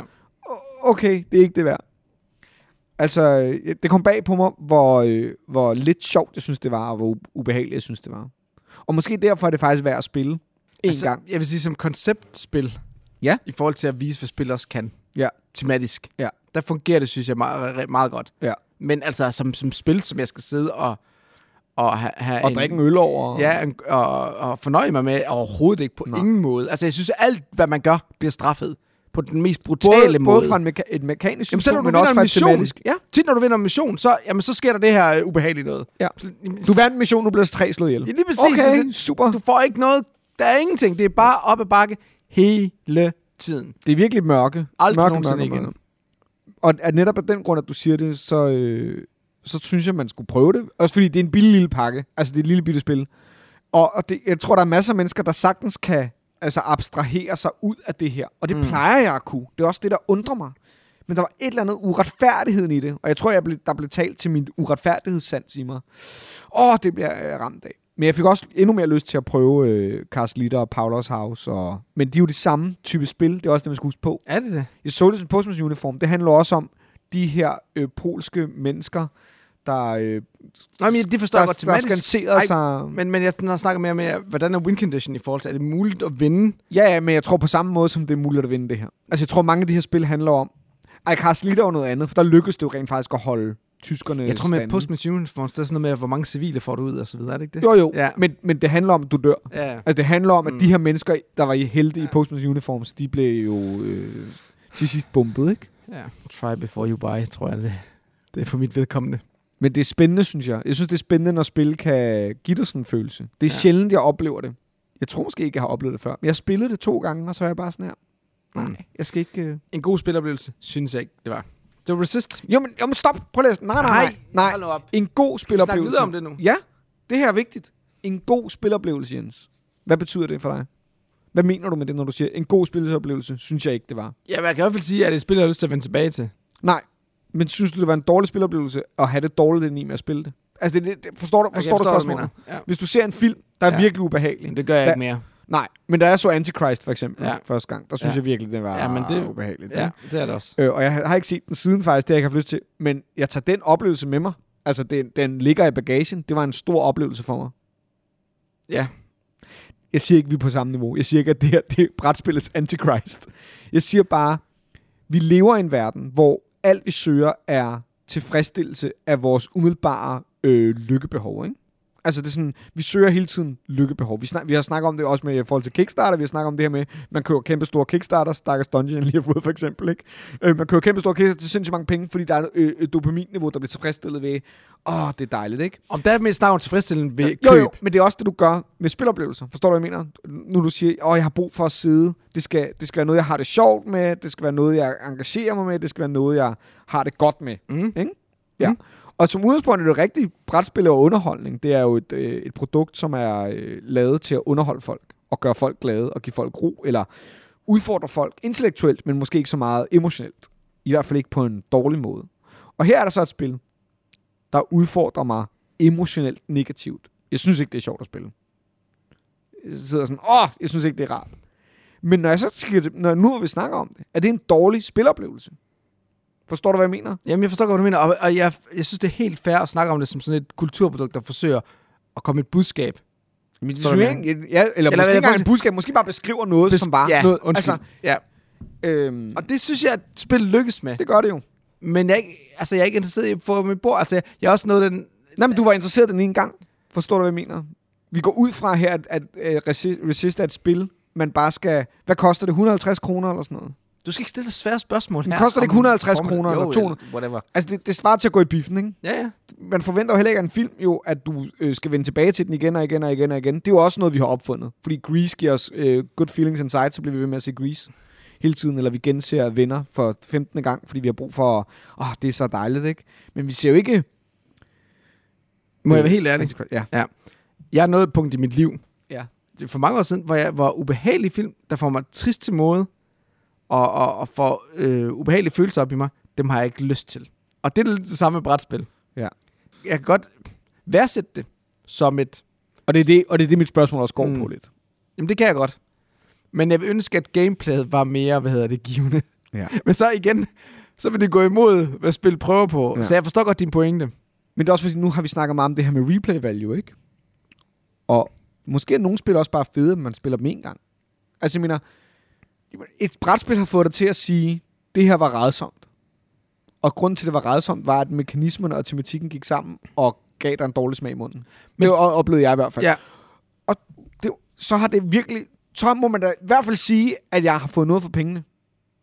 Okay, det er ikke det værd. Altså, det kom bag på mig, hvor, øh, hvor lidt sjovt jeg synes, det var, og hvor ubehageligt jeg synes, det var. Og måske derfor er det faktisk værd at spille en altså, gang. Jeg vil sige, som konceptspil, ja. I forhold til at vise, hvad spil også kan, ja. Tematisk, ja. Der fungerer det, synes jeg, meget, meget godt. Ja. Men altså, som, som spil, som jeg skal sidde og og ha, ha og en, drikke en øl over. Ja, en, og, og fornøje mig med overhovedet ikke på Nej. Ingen måde. Altså, jeg synes, alt, hvad man gør, bliver straffet på den mest brutale både, måde. Både fra en meka- et mekanisk jamen, synspunkt, men men også fra et mission, tematisk. Ja. Tit når du vinder en mission, så, jamen, så sker der det her uh, ubehagelige noget. Ja. Så, Du vandt en mission, nu bliver tre slået ihjel. ja, lige præcis. Okay, Så, super. du får ikke noget, der er ingenting. Det er bare op ad bakke hele tiden. Det er virkelig mørke. Aldrig mørke, nogensinde mørke, igen. mørke. Og at netop af den grund, at du siger det, så, øh, så synes jeg, man skulle prøve det. Også fordi det er en billig lille pakke. Altså, det er et lille bitte spil. Og, og det, jeg tror, der er masser af mennesker, der sagtens kan altså, abstrahere sig ud af det her. Og det Mm. plejer jeg at kunne. Det er også det, der undrer mig. Men der var et eller andet uretfærdigheden i det. Og jeg tror, jeg ble, der blev talt til min uretfærdighedssans i mig. Åh, det bliver jeg ramt af. Men jeg fik også endnu mere lyst til at prøve øh, Carlslitter og Paulus House. Og... Men de er jo det samme type spil. Det er også det, man skal huske på. Er det det? Jeg så det som Postman's Uniform. Det handler også om de her øh, polske mennesker, der, øh, Nå, men det forstår jeg der, godt der tematisk. skanserer sig. Men, men jeg snakker mere med, hvordan er win condition i forhold til, er det muligt at vinde? Ja, ja, men jeg tror på samme måde, som det er muligt at vinde det her. Altså, jeg tror, mange af de her spil handler om... Ej, Carlslitter og noget andet, for der lykkedes det jo rent faktisk at holde tyskerne Jeg tror med stande. Postman's Uniform, det er sådan noget med, hvor mange civile får du ud, og så videre, er det ikke det? Jo, jo, Ja. men, men det handler om, at du dør. Ja, ja. Altså, det handler om, at Mm. de her mennesker, der var helte i Postman's Uniforms, de blev jo øh, til sidst bombet, ikke? ja. Try before you buy, tror jeg, det, det er for mit vedkommende. Men det er spændende, synes jeg. Jeg synes, det er spændende, når spil kan give dig sådan en følelse. Det er Ja. ja. sjældent, jeg oplever det. Jeg tror måske ikke, jeg har oplevet det før. Men jeg spillede det to gange, og så er jeg bare sådan her. Nej, Mm. jeg skal ikke... Øh... En god spiloplevelse, synes jeg ikke, det var. Det var Resist. Jo, men, jo, men stop. Prøv at læse. Nej, nej, nej. nej. hold nu op. En god Skal vi snakke spiloplevelse. videre om det nu? Ja, det her er vigtigt. En god spiloplevelse, Jens. Hvad betyder det for dig? Hvad mener du med det, når du siger, en god spiloplevelse? Synes jeg ikke, det var. Ja, men jeg kan i hvert fald sige, at det er et spil, jeg har lyst til at vende tilbage til. Nej, men synes du, det var en dårlig spiloplevelse at have det dårligt ind i med at spille det? Altså, det, det, forstår du, Okay, forstår jeg du forstår, hvad du spørgsmålet? mener. Ja. Hvis du ser en film, der er Ja. virkelig ubehagelig. Men det gør jeg Da- ikke mere. Nej, men da jeg så Antichrist for eksempel Ja. ja. første gang, der synes Ja. jeg virkelig, det var Ja, men det- ubehageligt. Ja, ikke? det er det også. Øh, og jeg har ikke set den siden faktisk, det har jeg ikke haft lyst til. Men jeg tager den oplevelse med mig. Altså, den, den ligger i bagagen. Det var en stor oplevelse for mig. Ja. Jeg siger ikke, vi er på samme niveau. Jeg siger ikke, at det her det er brætspillets Antichrist. Jeg siger bare, vi lever i en verden, hvor alt vi søger er tilfredsstillelse af vores umiddelbare øh, lykkebehov, ikke? Altså, det er sådan, vi søger hele tiden lykkebehov. Vi, snak, vi har snakket om det også med i forhold til Kickstarter. Vi har snakket om det her med, man køber kæmpe store Kickstarter. Stakkels Dungeon lige har fået, for eksempel, ikke? Øh, man køber kæmpe store Kickstarter til sindssygt mange penge, fordi der er øh, et dopaminniveau, der bliver tilfredsstillet ved, åh, det er dejligt, ikke? Om der er mest navn tilfredsstillende ved køb. Jo, jo, men det er også det, du gør med spiloplevelser. Forstår du, hvad jeg mener? Nu du siger, åh, jeg har brug for at sidde. Det skal, det skal være noget, jeg har det sjovt med. Det skal være noget, jeg engagerer mig med. Det skal være noget, jeg har det godt med. Mm. Ikke? Ja. Mm. Og som udgangspunkt er det rigtigt, brætspil og underholdning. Det er jo et, øh, et produkt, som er øh, lavet til at underholde folk. Og gøre folk glade og give folk ro. Eller udfordre folk intellektuelt, men måske ikke så meget emotionelt. I hvert fald ikke på en dårlig måde. Og her er der så et spil, der udfordrer mig emotionelt negativt. Jeg synes ikke, det er sjovt at spille. Jeg sidder sådan, åh, jeg synes ikke, det er rart. Men når jeg så skal, når nu vi snakker om det, er det en dårlig spiloplevelse. Forstår du, hvad jeg mener? Jamen, jeg forstår godt, hvad du mener, og, og jeg, jeg synes, det er helt fair at snakke om det som sådan et kulturprodukt, der forsøger at komme et budskab. Men det Forstår du, synes jeg ikke, ja, eller, eller Eller måske hvad ikke engang det en budskab, måske bare beskriver noget, Bes- som bare ja, noget. undskyld. Altså, Ja. øhm, Og det synes jeg, at spillet lykkes med. det gør det jo. Men jeg, er ikke- altså, jeg er ikke interesseret i at få mit bord. Altså, jeg, jeg er også noget af den... Nej, men du var interesseret den ene gang. Forstår du, hvad jeg mener? Vi går ud fra her, at, at, at Resist er et spil, man bare skal... Hvad koster det? et hundrede og halvtreds kroner eller sådan noget? Du skal ikke stille svære spørgsmål Men her. koster det ikke om et hundrede og halvtreds formel- kroner jo, eller to hundrede? Whatever. Altså, det, det svarer til at gå i biffen, ikke? Ja, ja. Man forventer jo heller ikke af en film, jo, at du øh, skal vende tilbage til den igen og igen og igen og igen. Det er jo også noget, vi har opfundet. Fordi Grease giver os øh, good feelings inside, så bliver vi ved med at se Grease hele tiden. Eller vi genser Venner for femtende gang, fordi vi har brug for... Åh, oh, det er så dejligt, ikke? Men vi ser jo ikke... Må jeg være helt ærlig? Ja. Jeg er nået et punkt i mit liv, Ja. det er for mange år siden, hvor jeg var ubehagelig film, der får mig trist til måde, og, og, og får øh, ubehagelige følelser op i mig, dem har jeg ikke lyst til. Og det er lidt det samme med brætspil. Ja. Jeg kan godt værdsætte det som et... Og det er det, og det, er det mit spørgsmål også går Mm. på lidt. Jamen, det kan jeg godt. Men jeg vil ønske, at gameplayet var mere, hvad hedder det, givende. Ja. Men så igen, så vil det gå imod, hvad spil prøver på. Ja. Så jeg forstår godt din pointe. Men det er også fordi, nu har vi snakket meget om det her med replay value, ikke? Og måske er nogle spil også bare fede, at man spiller dem en gang. Altså jeg mener, et brætspil har fået dig til at sige, det her var rædsomt. Og grunden til, at det var rædsomt, var, at mekanismerne og tematikken gik sammen og gav dig en dårlig smag i munden. Men, det oplevede jeg i hvert fald. Ja. Og det, så har det virkelig... Så må man da i hvert fald sige, at jeg har fået noget for pengene.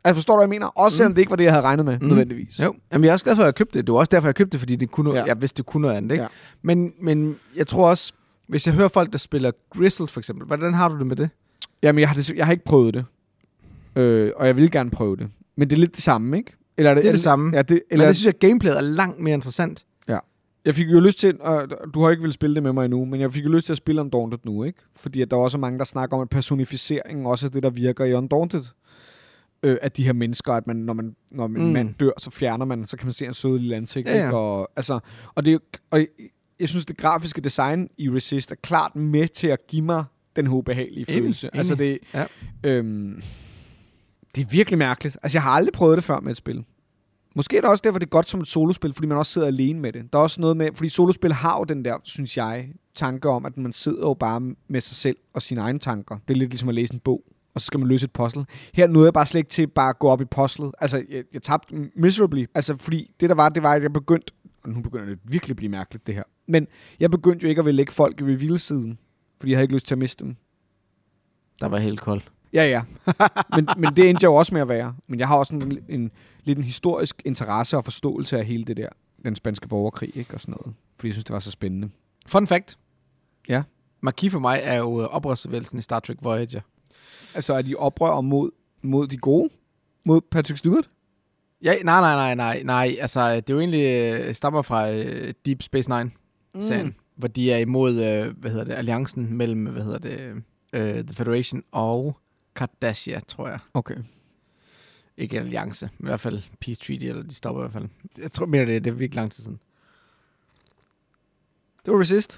Altså, forstår du, hvad jeg mener? Også selvom mm. det ikke var det, jeg havde regnet med, mm. nødvendigvis. Jo, jamen, jeg er også glad for, at jeg købte det. Det var også derfor, jeg købte det, fordi det kunne noget, ja. jeg vidste, det kunne noget andet. Ikke? Ja. Men, men jeg tror også, hvis jeg hører folk, der spiller Grizzled for eksempel, hvordan har du det med det? Jamen, jeg har, det, jeg har ikke prøvet det. Øh, og jeg vil gerne prøve det. Men det er lidt det samme, ikke? Eller er det, det er det, det samme. Ja, det, eller, men det synes jeg, at gameplayet er langt mere interessant. Ja. Jeg fik jo lyst til, og du har ikke ville spille det med mig endnu, men jeg fik jo lyst til at spille Undaunted nu, ikke? Fordi at der er også mange, der snakker om, at personificeringen også er det, der virker i Undaunted. Øh, at de her mennesker, at man, når man når man, mm. man dør, så fjerner man, så kan man se en sød lille ansigt. Ja, ja. Ikke? Og, altså, og, det, og jeg, jeg synes, det grafiske design i Resist er klart med til at give mig den her ubehagelige enig, følelse. Enig. Altså det, ja. øhm, det er virkelig mærkeligt. Altså jeg har aldrig prøvet det før med et spil. Måske er det også derfor, det er godt som et solospil, fordi man også sidder alene med det. Der er også noget med, fordi solospil har jo den der, synes jeg, tanke om, at man sidder jo bare med sig selv og sine egne tanker. Det er lidt ligesom at læse en bog, og så skal man løse et puzzle. Her nåede jeg bare slet ikke til bare at gå op i puzzlet. Altså, jeg, jeg tabte miserably. Altså, fordi det der var, det var, at jeg begyndte, og nu begynder det virkelig at blive mærkeligt, det her. Men jeg begyndte jo ikke at ville lægge folk i reveal-siden, fordi jeg havde ikke lyst til at miste dem. Der var helt koldt. Ja, ja. men, men det endte jeg jo også med at være. Men jeg har også en, en lidt en historisk interesse og forståelse af hele det der, den spanske borgerkrig, ikke, og sådan noget. Fordi jeg synes, det var så spændende. Fun fact. Ja. Marquis for mig er jo oprørsbevægelsen i Star Trek Voyager. Altså, er de oprør mod, mod de gode? Mod Patrick Stewart? Ja, nej, nej, nej, nej, nej. Altså, det er jo egentlig uh, stammer fra uh, Deep Space Nine-serien, mm. hvor de er imod, uh, hvad hedder det, alliancen mellem, hvad hedder det, uh, The Federation og Cardassia, tror jeg. Okay. Ikke en alliance, men i hvert fald Peace Treaty, eller de stopper i hvert fald. Jeg tror mere, det, det er virkelig lang tid siden. Det var Resist.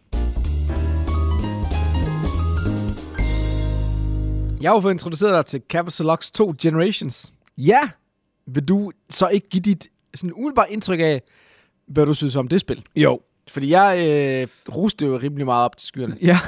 Jeg har jo fået introduceret dig til Capitalox to Generations. Ja! Vil du så ikke give dit sådan umiddelbart indtryk af, hvad du synes om det spil? Jo. Fordi jeg øh, roste jo rimelig meget op til skyerne. Ja.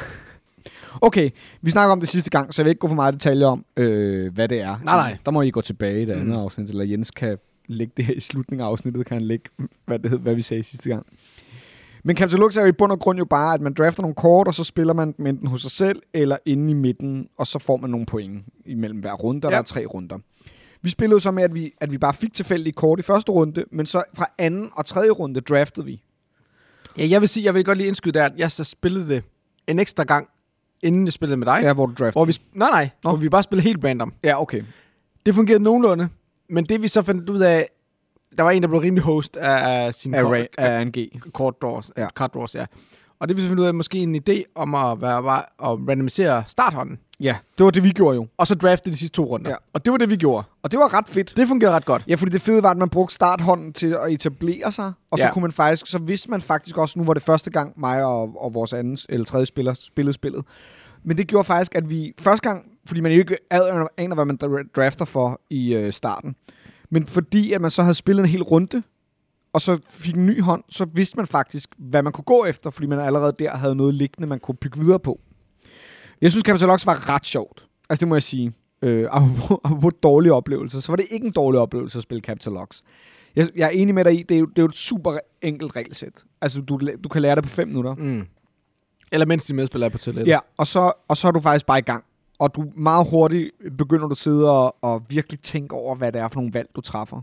Okay, vi snakker om det sidste gang, så jeg vil ikke gå for meget detaljer om, øh, hvad det er. Nej, nej. Der må I gå tilbage i det andet mm. afsnit, eller Jens kan lægge det her i slutningen af afsnittet, kan han lægge, hvad, det hed, hvad vi sagde sidste gang. Men Capitalox er jo i bund og grund jo bare, at man drafter nogle kort, og så spiller man dem enten hos sig selv, eller inde i midten, og så får man nogle point imellem hver runde, og ja. Der er tre runder. Vi spillede så med, at vi, at vi bare fik tilfældige kort i første runde, men så fra anden og tredje runde draftede vi. Ja, jeg vil sige, jeg vil godt lige indskyde der, at jeg så spillede det en ekstra gang, inden jeg spillede med dig. Ja, hvor du draftede. Hvor vi, nej, nej, Nå. hvor vi bare spillede helt random. Ja, okay. Det fungerede nogenlunde, men det vi så fandt ud af, der var en, der blev rimelig host af sin af kort, af N G. Kort draws, ja. Card draws, ja. Og det vi så fandt ud af, måske en idé om at, være, var, at randomisere starthånden. Ja, det var det, vi gjorde jo. Og så draftede de sidste to runder. Ja. Og det var det, vi gjorde. Og det var ret fedt. Det fungerede ret godt. Ja, fordi det fede var, at man brugte starthånden til at etablere sig. Og så ja. kunne man faktisk, så vidste man faktisk også, nu var det første gang, mig og, og vores anden eller tredje spiller spillede spillet. Men det gjorde faktisk, at vi første gang, fordi man jo ikke aner, hvad man drafter for i øh, starten. Men fordi, at man så havde spillet en hel runde, og så fik en ny hånd, så vidste man faktisk, hvad man kunne gå efter, fordi man allerede der havde noget liggende, man kunne bygge videre på. Jeg synes, Capitalox var ret sjovt. Altså, det må jeg sige. Øh, apropos dårlige oplevelser, så var det ikke en dårlig oplevelse at spille Capitalox. Jeg, jeg er enig med dig i, det er jo, det er jo et super enkelt regelsæt. Altså, du, du kan lære det på fem minutter. Mm. Eller mens de medspillere er på toilettet. Ja, og så, og så er du faktisk bare i gang. Og du meget hurtigt begynder du at sidde og, og virkelig tænke over, hvad det er for nogle valg, du træffer.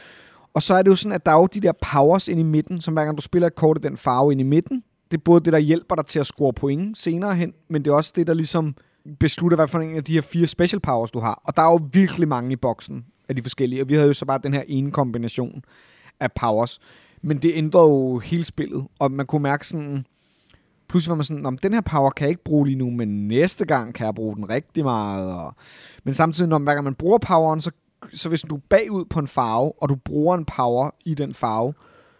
Og så er det jo sådan, at der er jo de der powers inde i midten, som hver gang du spiller et kort i den farve inde i midten, det er både det, der hjælper dig til at score point senere hen, men det er også det, der ligesom beslutter, hvad for en af de her fire special powers, du har. Og der er jo virkelig mange i boksen af de forskellige, og vi havde jo så bare den her ene kombination af powers. Men det ændrer jo hele spillet, og man kunne mærke sådan, pludselig var man sådan, den her power kan jeg ikke bruge lige nu, men næste gang kan jeg bruge den rigtig meget. Og men samtidig, når hver gang man bruger poweren, så Så hvis du er bagud på en farve, og du bruger en power i den farve,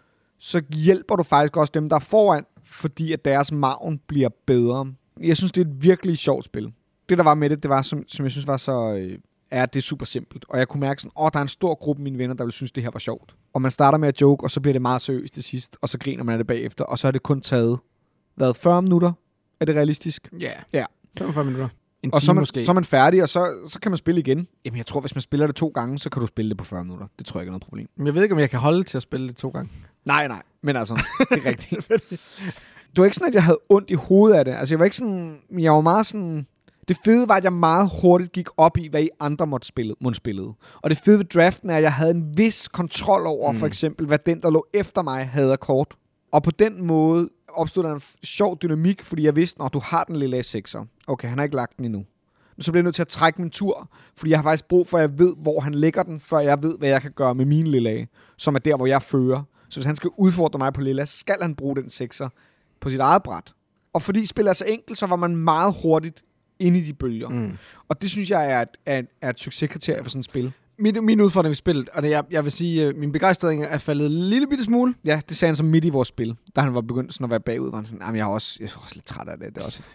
så hjælper du faktisk også dem, der er foran, fordi at deres maven bliver bedre. Jeg synes, det er et virkelig sjovt spil. Det, der var med det, det var, som, som jeg synes var så, øh, er, det er super simpelt. Og jeg kunne mærke sådan, åh, der er en stor gruppe af mine venner, der vil synes, det her var sjovt. Og man starter med at joke, og så bliver det meget seriøst til sidst, og så griner man af det bagefter, og så er det kun taget, hvad, fyrre minutter? Er det realistisk? Ja, ja. femogfyrre minutter. En og så er, man, måske. så er man færdig, og så, så kan man spille igen. Jamen, jeg tror, hvis man spiller det to gange, så kan du spille det på fyrre minutter. Det tror jeg ikke er noget problem. Men jeg ved ikke, om jeg kan holde til at spille det to gange. Nej, nej. Men altså, det er rigtigt. Det var ikke sådan, at jeg havde ondt i hovedet af det. Altså, jeg var ikke sådan... Jeg var meget sådan... Det Det fede var, at jeg meget hurtigt gik op i, hvad I andre måtte spille, måtte spille. Og det fede ved draften er, at jeg havde en vis kontrol over, mm. for eksempel, hvad den, der lå efter mig, havde af kort. Og på den måde opstod der en f- sjov dynamik, fordi jeg vidste, at du har den lille A sekser. Okay, han har ikke lagt den endnu. Men så bliver jeg nødt til at trække min tur, fordi jeg har faktisk brug for, at jeg ved, hvor han lægger den, før jeg ved, hvad jeg kan gøre med min lille A, som er der, hvor jeg fører. Så hvis han skal udfordre mig på lilla, skal han bruge den sekser på sit eget bræt. Og fordi spillet er så enkelt, så var man meget hurtigt inde i de bølger. Mm. Og det synes jeg er et, er et, er et succeskriterie for sådan et spil. Min, min udfordring ved spillet, og det, jeg, jeg vil sige, at min begejstring er faldet en lille bitte smule. Ja, det sagde han så midt i vores spil. Da han var begyndt sådan at være bagud, var han sådan, jamen jeg er også, jeg er også lidt træt af det. Det er også...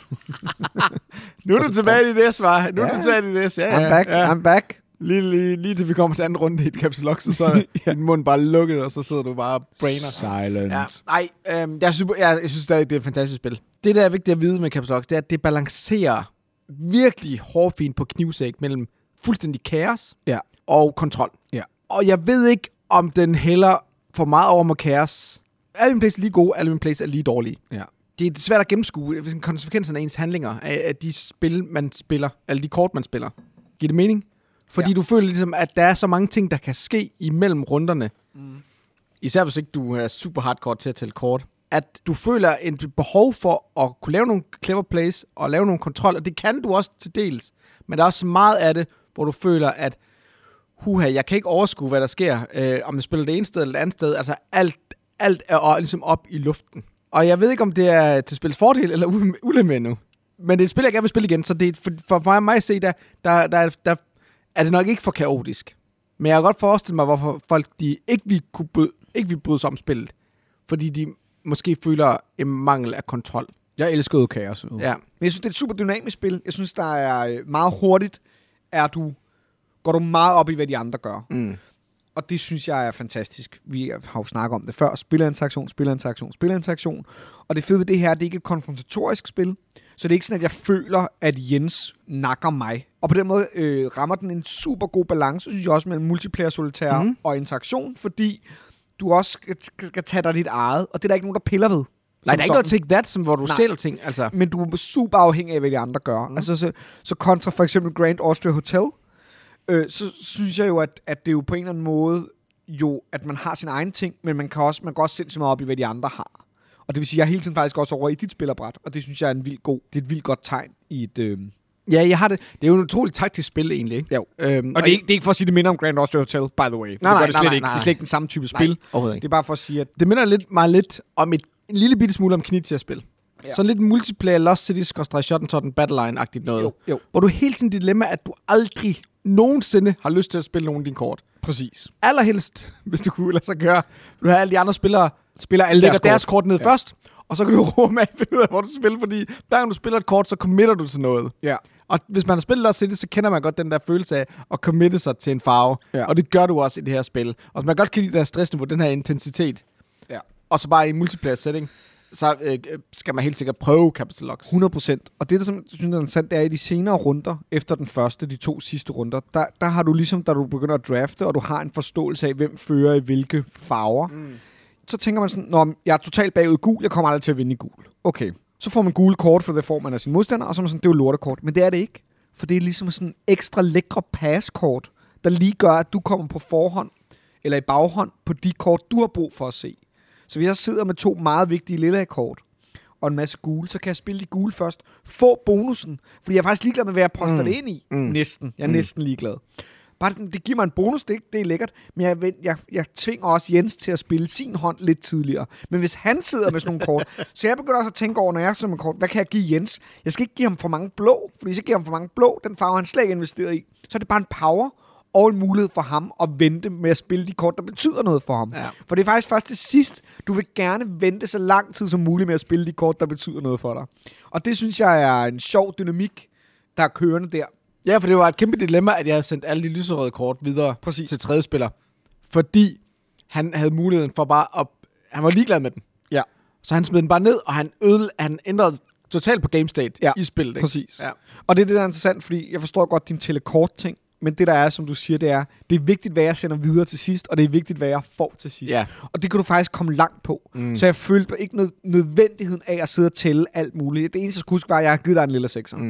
nu er du tilbage i det, svar. Nu er ja. du tilbage i det. Ja, I'm ja, back, ja. I'm back. Lige, lige, lige til vi kommer til anden runde i et Caps Lock, så, så er ja. din mund bare lukket, og så sidder du bare og brainer. Silence. Ja, nej, øhm, jeg, synes, jeg, jeg synes stadig, det er et fantastisk spil. Det, der er vigtigt at vide med Caps Lock, det er, at det balancerer virkelig hårdfint på knivsæk mellem fuldstændig kaos ja. og kontrol. Ja. Og jeg ved ikke, om den hælder for meget over med kaos. Alle mine plays er lige gode, alle mine plays er lige dårlige. Ja. Det er svært at gennemskue konsekvenserne af ens handlinger, af, af de spil, man spiller, eller de kort, man spiller. Giver det mening? Fordi ja. du føler ligesom, at der er så mange ting, der kan ske imellem runderne. Mm. Især hvis ikke du er super hardcore til at tælle kort. At du føler en behov for at kunne lave nogle clever plays og lave nogle kontrol, og det kan du også til dels. Men der er også meget af det, hvor du føler, at huha, jeg kan ikke overskue, hvad der sker, øh, om jeg spiller det ene sted eller det andet sted. Altså alt, alt er ligesom op i luften. Og jeg ved ikke, om det er til spils fordel eller u- ulempe endnu. Men det er et spil, jeg gerne vil spille igen, så det er for, for mig, mig at se, der, der, der, der er det nok ikke for kaotisk. Men jeg kan godt forestille mig, hvorfor folk de ikke vil kunne bryde, ikke vil bryde sig om spillet. Fordi de måske føler en mangel af kontrol. Jeg elsker jo kaos. Ja. Men jeg synes, det er et super dynamisk spil. Jeg synes, der er meget hurtigt, er du, går du meget op i, hvad de andre gør. Mm. Og det synes jeg er fantastisk. Vi har jo snakket om det før. Spillerinteraktion, spillerinteraktion, spillerinteraktion. Og det fede ved det her, det er ikke et konfrontatorisk spil. Så det er ikke sådan, at jeg føler, at Jens nakker mig. Og på den måde øh, rammer den en super god balance, synes jeg også, mellem multiplayer, solitaire mm. og interaktion. Fordi du også skal, skal tage dig dit eget. Og det er der ikke nogen, der piller ved. Nej, der er ikke noget take that, som, hvor du stjæler ting. Altså. Men du er super afhængig af, hvad de andre gør. Mm. Altså, så, så kontra for eksempel Grand Austria Hotel, øh, så synes jeg jo, at, at det er jo på en eller anden måde, jo, at man har sin egen ting, men man kan også, man kan også sætte sig meget op i, hvad de andre har. Og det vil sige, at jeg er hele tiden faktisk også over i dit spillerbræt, og det synes jeg er en vild god, det er et vildt godt tegn i et... Øh... Ja, jeg har det. Det er jo et utroligt taktisk spil, egentlig. Ikke? Jo. Øhm, og, og det er, ikke, det er ikke for at sige, det minder om Grand Austria Hotel, by the way. Nej, nej, det, det, nej, nej, ikke. nej. Det er slet ikke den samme type spil. Nej, overhovedet ikke. Det er bare for at sige, at... Det minder lidt, meget lidt om et en lille bitte smule om Knizia-spil. Ja. Så lidt multiplayer Lost Cities-Shot-and-Totten Battleline-agtigt noget. Jo, jo. Hvor du hele tiden dilemma, at du aldrig nogensinde har lyst til at spille nogen af dine kort. Præcis. Allerhelst, hvis du kunne lade sig gøre. Du har alle de andre spillere, spiller alle lægger deres kort, deres kort ned ja. først, og så kan du ro med at finde ud af, hvor du spiller, fordi hver gang du spiller et kort, så committer du til noget. Ja. Og hvis man har spillet Lost City, så kender man godt den der følelse af at committe sig til en farve. Ja. Og det gør du også i det her spil. Og man godt kan lide den her stressniveau, den her intensitet. Ja. Og så bare i en multiplayer setting, så øh, skal man helt sikkert prøve Capital Locks. hundrede procent. Og det, der som, synes er interessant, det er i de senere runder, efter den første, de to sidste runder, der, der har du ligesom, da du begynder at drafte, og du har en forståelse af, hvem fører i hvilke farver, mm. så tænker man sådan, når jeg er totalt bagud gul, jeg kommer aldrig til at vinde i gul. Okay. Så får man gule kort, for det får man af sin modstander, og så er man sådan, det er jo lortekort. Men det er det ikke. For det er ligesom sådan ekstra lækre passkort, der lige gør, at du kommer på forhånd, eller i baghånd, på de kort, du har brug for at se. Så hvis jeg sidder med to meget vigtige lille kort, og en masse gule, så kan jeg spille de gule først. Få bonusen, fordi jeg er faktisk ligeglad med, hvad jeg poster mm. det ind i. Mm. Næsten. Jeg er mm. næsten ligeglad. Bare det, det giver mig en bonus, det, det er lækkert, men jeg, jeg, jeg tvinger også Jens til at spille sin hånd lidt tidligere. Men hvis han sidder med sådan nogle kort, så jeg begynder også at tænke over, når jeg sidder med kort, hvad kan jeg give Jens? Jeg skal ikke give ham for mange blå, fordi hvis jeg giver ham for mange blå, den farve han slet ikke investeret i, så er det bare en power og en mulighed for ham at vente med at spille de kort, der betyder noget for ham. Ja. For det er faktisk først til sidst, du vil gerne vente så lang tid som muligt med at spille de kort, der betyder noget for dig. Og det synes jeg er en sjov dynamik, der er kørende der. Ja, for det var et kæmpe dilemma, at jeg havde sendt alle de lyserøde kort videre Præcis. til tredje spiller. Fordi han havde muligheden for bare at... Han var ligeglad med den. Ja. Så han smed den bare ned, og han, ødel, han ændrede totalt på game state ja. i spillet. Ikke? Præcis. Ja. Og det er det, der er interessant, fordi jeg forstår godt din telekort-ting, men det der er, som du siger, det er, det er vigtigt, hvad jeg sender videre til sidst, og det er vigtigt, hvad jeg får til sidst. Ja. Og det kan du faktisk komme langt på. Mm. Så jeg følte ikke nød- nødvendigheden af at sidde og tælle alt muligt. Det eneste, jeg skulle huske, var, at jeg har givet dig en lille sekser. Mm.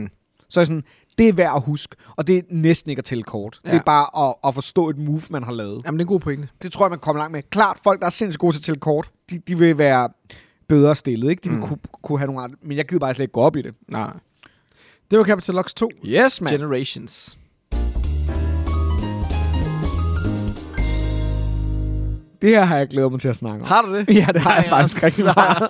Så er jeg sådan, det er værd at huske, og det er næsten ikke at tælle kort. Ja. Det er bare at, at forstå et move, man har lavet. Jamen, det er en god pointe. Det tror jeg, man kommer langt med. Klart, folk, der er sindssygt gode til at tælle kort, de, de vil være bedre stillet, ikke? De vil mm. kunne, kunne have nogle andre, men jeg gider bare slet ikke gå op i det. Nej. Det var Capital Locks to. Yes, man. Generations. Det her har jeg glædet mig til at snakke om. Har du det? Ja, det har jeg faktisk rigtig meget.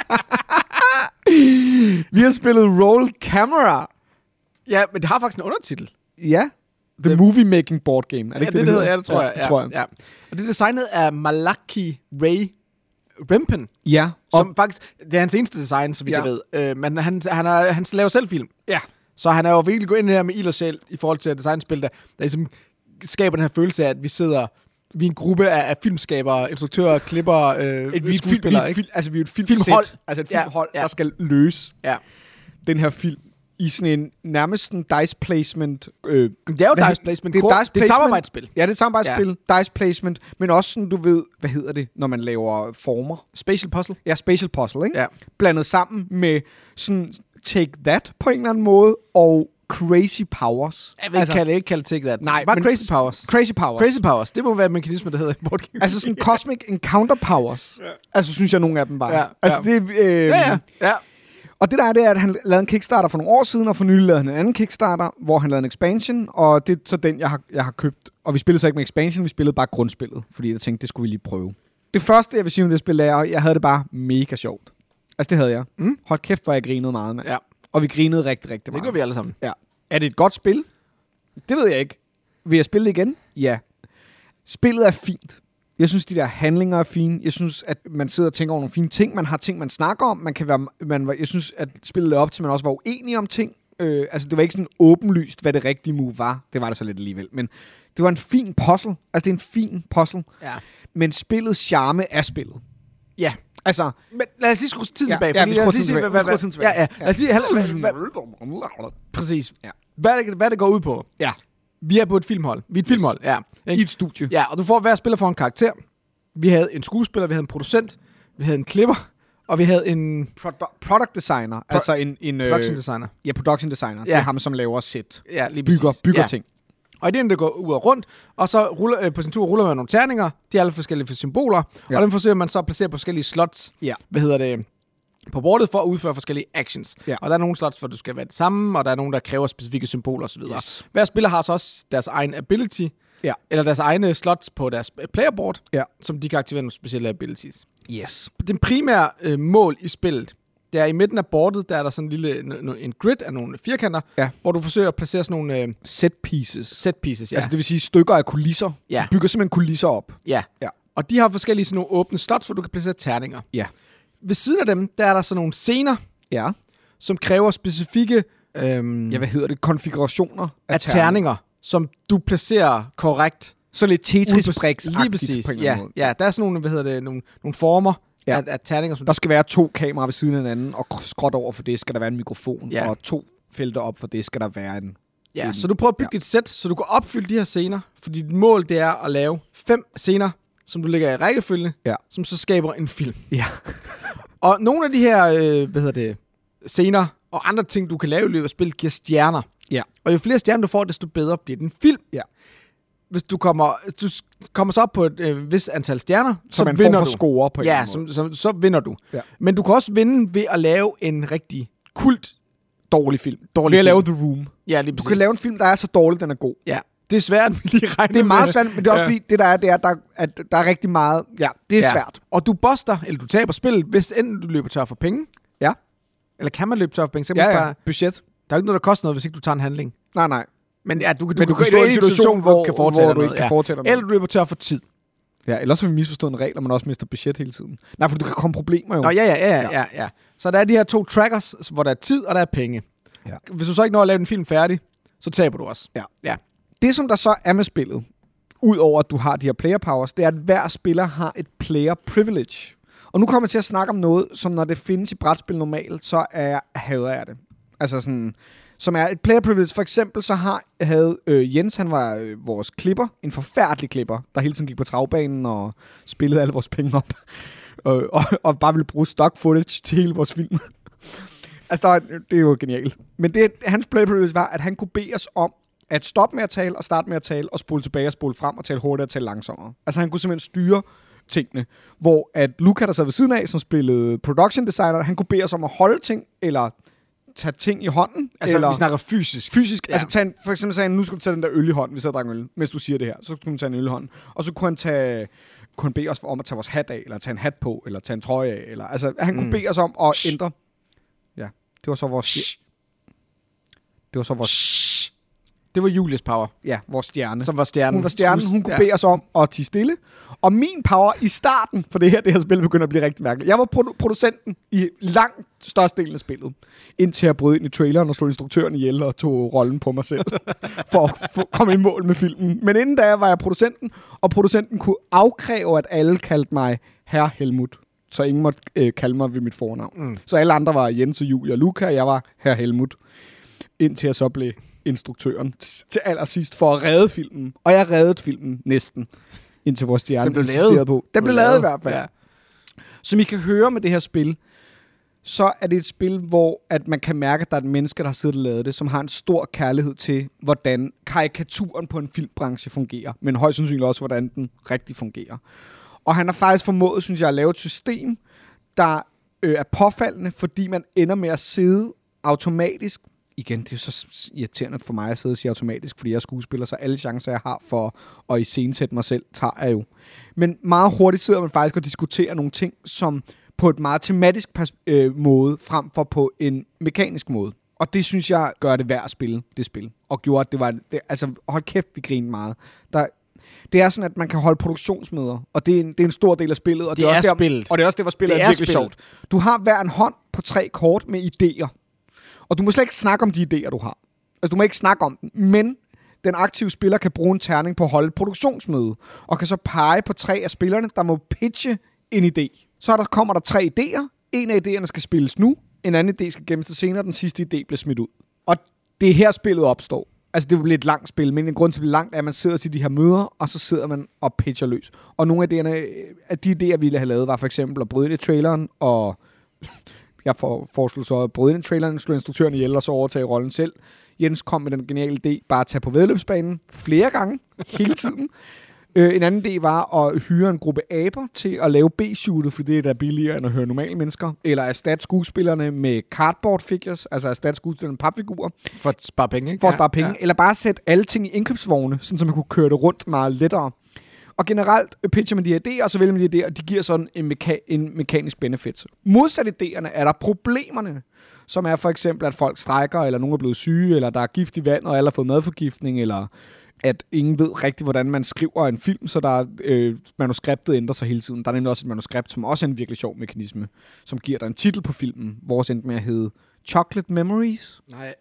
Vi har spillet Roll Camera. Ja, men det har faktisk en undertitel. Ja. The Movie Making Board Game. Er det ja, ikke det, det, det hedder? Ja, det tror ja, jeg. Det tror jeg. Ja. Og det er designet af Malaki Ray Rempen. Ja. Som faktisk, det er hans eneste design, så vidt ja. jeg ved. Øh, men han, han, er, han laver selv film. Ja. Så han er jo virkelig gået ind her med ild og sjæl i forhold til at designspil, der, der ligesom skaber den her følelse af, at vi sidder... Vi er en gruppe af, af filmskabere, instruktører, klipper, øh, et, vi skuespillere. Fil, vi, altså, vi er et filmhold. filmhold. Altså et filmhold, ja, ja. der skal løse ja. den her film i sådan en nærmest en dice placement. Øh, det er jo dice placement. Det er, dice det er et samarbejdsspil. Ja, det er et samarbejdsspil. Ja. Dice placement. Men også sådan, du ved, hvad hedder det, når man laver former? Spatial puzzle. Ja, spatial puzzle, ikke? Ja. Blandet sammen med sådan Take That på en eller anden måde, og Crazy Powers. Jeg vil altså, ikke, kalde, ikke kalde Take That. Nej, bare men Crazy Powers. Crazy Powers. Crazy Powers. Det må være mekanismer, der hedder i board game. Altså sådan Cosmic Encounter Powers. Ja. Altså synes jeg, nogle af dem bare. Ja, altså, ja. Det, øh, ja, ja, ja. Og det der er, det er, at han lavede en Kickstarter for nogle år siden, og for nylig lavede han en anden Kickstarter, hvor han lavede en expansion, og det er så den, jeg har, jeg har købt. Og vi spillede så ikke med expansion, vi spillede bare grundspillet, fordi jeg tænkte, det skulle vi lige prøve. Det første, jeg vil sige om det spil, er, at jeg havde det bare mega sjovt. Altså, det havde jeg. Mm. Hold kæft, hvor jeg grinede meget med. Ja. Og vi grinede rigtig, rigtig meget. Det gør vi alle sammen. Ja. Er det et godt spil? Det ved jeg ikke. Vil jeg spille det igen? Ja. Spillet er fint. Jeg synes, de der handlinger er fine. Jeg synes, at man sidder og tænker over nogle fine ting. Man har ting, man snakker om. Man kan være, man, jeg synes, at spillet er op til, man også var uenig om ting. Øh, altså, det var ikke sådan åbenlyst, hvad det rigtige move var. Det var det så lidt alligevel. Men det var en fin puzzle. Altså, det er en fin puzzle. Ja. Men spillets charme er spillet. Ja. Altså, men lad os lige skrue tiden ja, tilbage. Ja, vi skruer tiden tilbage. Hvad, hvad, hvad, ja, ja. Lad os lige... Hvad, præcis. Ja. Hvad, det, hvad det går ud på. Ja. Vi er på et filmhold. Vi er et yes. filmhold, ja. I et studie. Ja, og du får hver spiller for en karakter. Vi havde en skuespiller, vi havde en producent, vi havde en klipper, og vi havde en... Produ- product designer. Pro- altså en... en production designer. Øh, ja, production designer. Ja. Det er ham, som laver set. Ja, lige bygger, præcis. bygger ja. ting. Og det er det går ud og rundt, og så ruller, øh, på sin tur ruller man nogle terninger. De er alle forskellige symboler, ja. Og dem forsøger man så at placere på forskellige slots. Ja. Hvad hedder det? På bordet for at udføre forskellige actions. Ja. Og der er nogle slots, hvor du skal være det samme, og der er nogle, der kræver specifikke symboler osv. Yes. Hver spiller har så også deres egen ability, ja. eller deres egne slots på deres playerboard, ja. som de kan aktivere nogle specielle abilities. Yes. Den primære øh, mål i spillet, det er i midten af bordet, der er der sådan en lille en, en grid af nogle firkanter, ja. hvor du forsøger at placere sådan nogle... Øh, set pieces. Set pieces, ja. Altså det vil sige stykker af kulisser. Ja. Du bygger simpelthen kulisser op. Ja. ja. Og de har forskellige sådan nogle åbne slots, hvor du kan placere terninger. Ja. Ved siden af dem, der er der sådan nogle scener, ja. som kræver specifikke... Øhm, ja, hvad hedder det? Konfigurationer af, af terninger, terninger, som du placerer korrekt. Så lidt Tetris-briks-agtigt lige præcis. på en ja, måde. Ja, der er sådan nogle, hvad hedder det, nogle, nogle former ja. af, af terninger. Som der skal være to kameraer ved siden af hinanden, og skråt over for det skal der være en mikrofon, ja. Og to felter op for det skal der være en... Ja, en, så du prøver at bygge ja. dit sæt, så du kan opfylde de her scener, fordi dit mål, det er at lave fem scener, som du lægger i rækkefølge, ja. som så skaber en film. Ja. Og nogle af de her, øh, hvad hedder det, scener og andre ting, du kan lave i løbet af spillet, giver stjerner. Ja. Og jo flere stjerner du får, desto bedre bliver den film. Ja. Hvis du kommer, du kommer så op på et øh, vis antal stjerner, så, så man vinder får du. Score på en ja, måde. som, som, så vinder du. Ja. Men du kan også vinde ved at lave en rigtig kult dårlig film. Dårlig ved at film. lave The Room. Ja, lige du præcis. kan lave en film, der er så dårlig, den er god. Ja. Det er svært, at lige regne Det er meget med. svært, men det er også ja. fordi, det der er, det er, der, at der er rigtig meget... Ja, det er ja. svært. Og du buster, eller du taber spillet, hvis enten du løber tør for penge. Ja. Eller kan man løbe tør for penge? Så ja, ja. Bare, budget. Der er ikke noget, der koster noget, hvis ikke du tager en handling. Nej, nej. Men ja, du, du, men du, du kan stå i en situation, hvor, hvor, hvor, hvor du noget, ikke kan ja. foretage noget. Eller du løber tør for tid. Ja, ellers har vi misforstået en regel, og man også mister budget hele tiden. Nej, for du kan komme problemer jo. Nå, ja, ja, ja, ja, ja, ja. Så der er de her to trackers, hvor der er tid, og der er penge. Ja. Hvis du så ikke når at lave en film færdig, så taber du også. Ja. Ja. Det, som der så er med spillet, udover at du har de her player powers, det er, at hver spiller har et player privilege. Og nu kommer jeg til at snakke om noget, som når det findes i brætspil normalt, så er, hader jeg det. Altså sådan, som er et player privilege. For eksempel så har, havde øh, Jens, han var øh, vores klipper, en forfærdelig klipper, der hele tiden gik på travbanen og spillede alle vores penge op. og, og, og bare ville bruge stock footage til hele vores film. Altså, der er, det er jo genialt. Men det, hans play privilege var, at han kunne bede os om at stoppe med at tale, og starte med at tale, og spole tilbage og spole frem, og tale hurtigere og tale langsommere. Altså, han kunne simpelthen styre tingene. Hvor at Luca, der sad ved siden af, som spillede production designer, han kunne bede os om at holde ting, eller tage ting i hånden. Altså, eller vi snakker fysisk. Fysisk. Ja. Altså, tage en, for eksempel sagde han, nu skal du tage den der øl i hånden, hvis jeg drikker øl, mens du siger det her. Så skulle han tage en øl i hånden. Og så kunne han tage... kunne han bede os om at tage vores hat af, eller tage en hat på, eller tage en trøje af, eller... Altså, han kunne mm. bede os om at Shh. ændre... Ja, det var så vores... Shh. Det var så vores... Shh. Det var Julies power. Ja, vores stjerne. Som var stjernen. Hun var stjernen, hun kunne ja. bede os om at tie stille. Og min power i starten, for det her, det her spil begynder at blive rigtig mærkeligt. Jeg var produ- producenten i langt størstedelen af spillet, indtil jeg brød ind i traileren og slog instruktøren ihjel og tog rollen på mig selv, for at få, komme i mål med filmen. Men inden da var jeg producenten, og producenten kunne afkræve, at alle kaldte mig Herr Helmut. Så ingen måtte øh, kalde mig ved mit fornavn. Mm. Så alle andre var Jens og Julie og Luca, og jeg var Herr Helmut. Indtil jeg så blev instruktøren til allersidst for at redde filmen. Og jeg reddede filmen næsten, indtil vores stjerne Den blev lavet. På. Den blev lavet i hvert fald. Ja. Som I kan høre med det her spil, så er det et spil, hvor at man kan mærke, at der er et menneske, der har siddet og lavet det, som har en stor kærlighed til, hvordan karikaturen på en filmbranche fungerer, men højst sandsynligt også, hvordan den rigtig fungerer. Og han har faktisk formået, synes jeg, at lave et system, der øh, er påfaldende, fordi man ender med at sidde automatisk. Igen, det er så irriterende for mig at sidde og sige automatisk, fordi jeg er skuespiller, så alle chancer, jeg har for at iscenesætte mig selv, tager jeg jo. Men meget hurtigt sidder man faktisk og diskuterer nogle ting, som på et meget tematisk pers- øh, måde, frem for på en mekanisk måde. Og det synes jeg gør det værd at spille, det spil. Og gjorde, at det var... Det, altså, hold kæft, vi grinede meget. Der, det er sådan, at man kan holde produktionsmøder, og det er en, det er en stor del af spillet. Og det, det er, er også spillet. Der, og det er også det, hvor spillet det er, er virkelig spillet. Sjovt. Du har hver en hånd på tre kort med idéer. Og du må slet ikke snakke om de idéer, du har. Altså, du må ikke snakke om dem. Men den aktive spiller kan bruge en terning på at holde et produktionsmøde, og kan så pege på tre af spillerne, der må pitche en idé. Så der kommer der tre idéer. En af idéerne skal spilles nu. En anden idé skal gemmes til senere. Den sidste idé bliver smidt ud. Og det er her, spillet opstår. Altså, det bliver et langt spil, men en grund til, at det bliver langt, er, at man sidder til de her møder, og så sidder man og pitcher løs. Og nogle af idéerne, af de idéer, vi ville have lavet, var for eksempel at bryde ind i traileren, og... Jeg foreslog så at bryde ind i traileren, slå instruktøren ihjel, og så overtage rollen selv. Jens kom med den geniale idé, bare at tage på væddeløbsbanen flere gange, hele tiden. øh, en anden idé var at hyre en gruppe aber til at lave B-shootet, for det er da billigere end at høre normale mennesker. Eller erstatte skuespillerne med cardboard figures, altså erstatte skuespillerne med papfigurer. For at spare penge, ikke? For at spare penge. Ja. Eller bare sætte alle ting i indkøbsvogne, sådan så man kunne køre det rundt meget lettere. Og generelt pitcher man de her idéer, og så vælger man de idéer, og de giver sådan en, meka- en mekanisk benefit. Modsat idéerne er der problemerne, som er for eksempel, at folk strækker, eller nogen er blevet syge, eller der er gift i vand, og alle har fået madforgiftning, eller at ingen ved rigtigt, hvordan man skriver en film, så der øh, manuskriptet ændrer sig hele tiden. Der er nemlig også et manuskript, som også er en virkelig sjov mekanisme, som giver dig en titel på filmen. Vores endte med at hedde Chocolate Memories. Nej.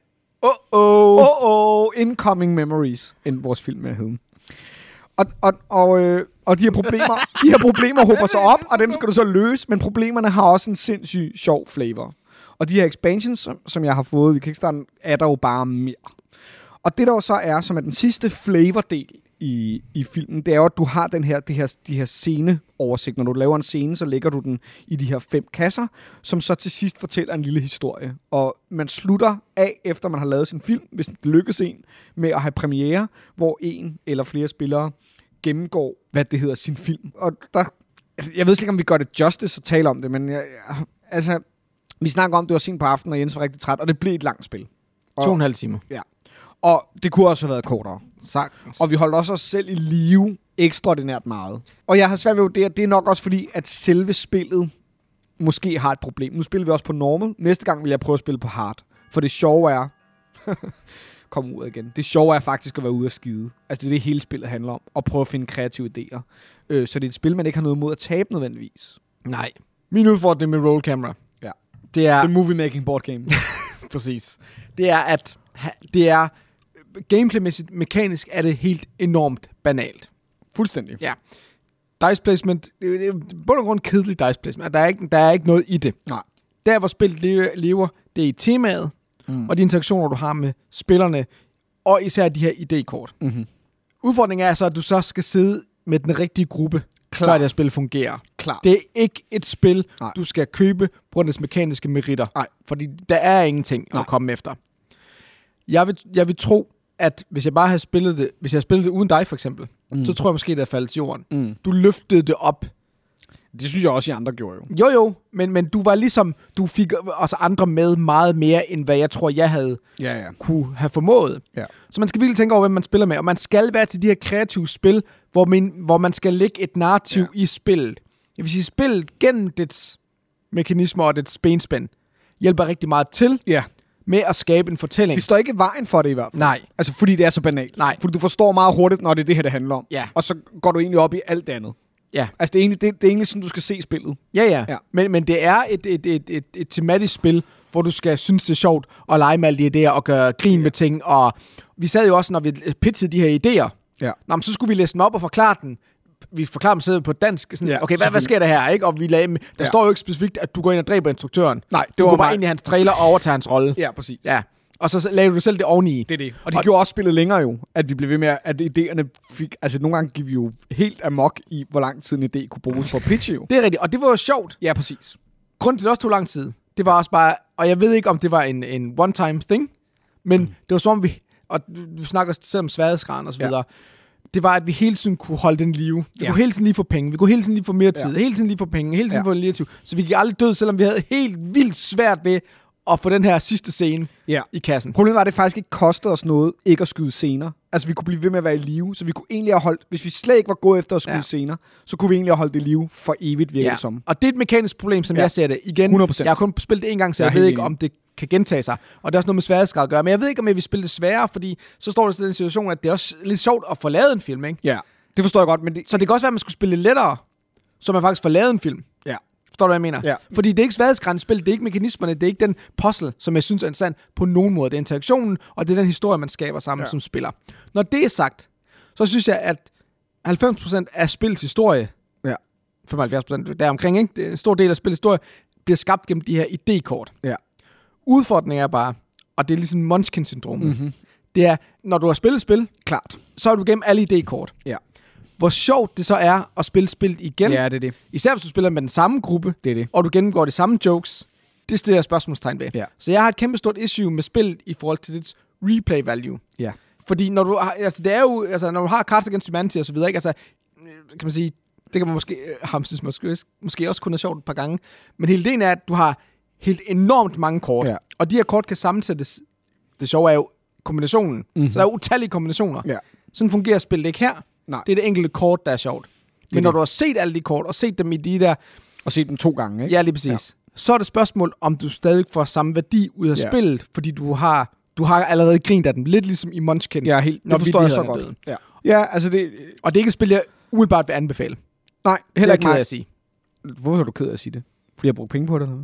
Oh-oh. Oh-oh. Incoming Memories, end vores film med at hedde. Og, og, og, øh, og de her problemer, de her problemer hober sig op, og dem skal du så løse, men problemerne har også en sindssygt sjov flavor. Og de her expansions, som, som jeg har fået i Kickstarter, er der jo bare mere. Og det der jo så er, som er den sidste flavor-del i, i filmen, det er jo, at du har den her, det her, de her sceneoversigt. Når du laver en scene, så lægger du den i de her fem kasser, som så til sidst fortæller en lille historie. Og man slutter af, efter man har lavet sin film, hvis det lykkes en, med at have premiere, hvor en eller flere spillere gennemgår, hvad det hedder, sin film. Og der, jeg ved ikke, om vi gør det justice at tale om det, men jeg, altså, vi snakker om, det var sent på aftenen, og Jens var rigtig træt, og det blev et langt spil. Og, to og en halv timer. Ja. Og det kunne også have været kortere. Sagtens. Og vi holdt også os selv i live ekstraordinært meget. Og jeg har svært ved at vurdere, det er nok også fordi, at selve spillet måske har et problem. Nu spiller vi også på normal. Næste gang vil jeg prøve at spille på hard. For det sjove er... Kom ud igen. Det sjove er faktisk at være ude at skide. Altså det er det hele spillet handler om. Og prøve at finde kreative idéer. Øh, så det er et spil, man ikke har noget imod at tabe nødvendigvis. Nej. Min udfordring med roll camera. Ja. Det er... The movie making board game. Præcis. Det er, at det er... Gameplaymæssigt, mekanisk er det helt enormt banalt. Fuldstændig. Ja. Dice placement, det er bund og grund kedelig dice placement. Der er ikke, der er ikke noget i det. Nej. Der, hvor spillet lever, det er i temaet, mm. og de interaktioner, du har med spillerne, og især de her idékort. Mm-hmm. Udfordringen er så, at du så skal sidde med den rigtige gruppe, klar, før det her spil fungerer. Klart. Det er ikke et spil, Nej. du skal købe på grund af dets mekaniske meritter. Nej. Fordi der er ingenting Nej. at komme efter. Jeg vil, jeg vil tro, at hvis jeg bare havde spillet det, hvis jeg havde spillet det uden dig for eksempel, mm. så tror jeg måske, det havde faldet til jorden. Mm. Du løftede det op. Det synes jeg også, I andre gjorde jo. Jo jo, men, men du var ligesom, du fik også andre med meget mere, end hvad jeg tror, jeg havde Ja, ja. kunne have formået. Ja. Så man skal virkelig tænke over, hvem man spiller med. Og man skal være til de her kreative spil, hvor man, hvor man skal lægge et narrativ ja. i spillet. Jeg vil sige, spillet gennem dets mekanismer og dets benspænd hjælper rigtig meget til Ja. med at skabe en fortælling. Det står ikke i vejen for det i hvert fald. Nej. Altså, fordi det er så banalt. Nej. Fordi du forstår meget hurtigt, når det er det her, det handler om. Ja. Og så går du egentlig op i alt det andet. Ja. Altså, det er egentlig, det, det er egentlig sådan, du skal se spillet. Ja, ja. Ja. Men, men det er et, et, et, et, et tematisk spil, hvor du skal synes, det er sjovt at lege med alle de idéer og gøre grin ja. med ting. Og vi sad jo også, når vi pitchede de her idéer, Ja. Nå, men så skulle vi læse dem op og forklare den. Vi forklarer dem siddet på dansk. Sådan, Ja, okay, hvad, hvad sker der her? Ikke? Og vi lagde, der Ja. står jo ikke specifikt, at du går ind og dræber instruktøren. Nej, det du var går bare mig. ind i hans trailer og overtager hans rolle. Ja, præcis. Ja. Og så lavede du selv det oveni. Det er det. Og det og gjorde også spillet længere jo, at vi blev ved med, at idéerne fik... Altså, nogle gange gik vi jo helt amok i, hvor lang tid en idé kunne bruges for at pitche jo. Det er rigtigt. Og det var jo sjovt. Ja, præcis. Grunden til, det også tog lang tid, det var også bare... Og jeg ved ikke, om det var en, en one-time thing, men mm. det var som om vi... Og du, du snakker selv om sværhedsgraden og så videre. Ja. Det var, at vi hele tiden kunne holde den live. Vi ja. kunne hele tiden lige få penge. Vi kunne hele tiden lige få mere tid. Ja. Hele tiden lige få penge. Hele tiden ja. få en liv. Så vi gik aldrig død, selvom vi havde helt vildt svært ved at få den her sidste scene ja. i kassen. Problemet var, at det faktisk ikke kostede os noget ikke at skyde scener. Altså, vi kunne blive ved med at være i live, så vi kunne egentlig have holdt... Hvis vi slet ikke var gået efter at skyde ja. scener, så kunne vi egentlig have holdt det live for evigt, virkelig ja. som. Og det er et mekanisk problem, som ja. jeg ser det. Igen, hundrede procent. jeg har kun spillet det en gang, så jeg, jeg ved ikke, enig. om det kan gentage sig. Og det er også noget med sværhedsgrad at gøre. Men jeg ved ikke, om jeg vil spille det sværere, fordi så står der til den situation, at det er også lidt sjovt at få lavet en film, ikke? Ja, det forstår jeg godt, men det... Så det kan også være, at man skulle spille det lettere, så man faktisk får lavet en film. Ja. Forstår du, hvad jeg mener? Ja. Fordi det er ikke sværhedsgraden spil, det er ikke mekanismerne, det er ikke den puzzle, som jeg synes er interessant på nogen måde. Det er interaktionen, og det er den historie, man skaber sammen ja. som spiller. Når det er sagt, så synes jeg, at halvfems procent af spillets historie, ja. femoghalvfjerds procent deromkring, ikke? Det er en stor del af spillets historie, bliver skabt gennem de her idékort. Ja. Udfordringen er bare, og det er ligesom Munchkin-syndromet, mm-hmm. det er, når du har spillet spil, klart, så er du gennem alle idékort. Ja. Hvor sjovt det så er at spille spillet igen. Ja, det er det. Især hvis du spiller med den samme gruppe, det er det. og du gennemgår de samme jokes, det stiller jeg spørgsmålstegn ved. Ja. Så jeg har et kæmpe stort issue med spillet i forhold til dets replay value. Ja. Fordi når du har, altså det er jo, altså når du har Cards Against Humanity og så videre, ikke? Altså, kan man sige, det kan man måske, ham synes måske, måske også kun er sjovt et par gange, men hele ideen er, at du har helt enormt mange kort, ja. og de her kort kan sammensættes, det sjove er jo kombinationen, mm-hmm. så der er utallige kombinationer. Ja. Sådan fungerer spillet ikke her. Nej. Det er det enkelte kort, der er sjovt. Men det når det. du har set alle de kort, og set dem i de der... Og set dem to gange, ikke? Ja, lige præcis. Ja. Så er det spørgsmål, om du stadig får samme værdi ud af ja. spillet, fordi du har, du har allerede grint af dem. Lidt ligesom i Munchkin. Ja, helt. Det forstår jeg så godt. Ja. ja, altså det... Og det er ikke et spil, jeg umiddelbart vil anbefale. Nej, heller ikke mig. Det er ked af at sige. Hvorfor er du ked af at sige det? Fordi jeg har brugt penge på det, eller hvad?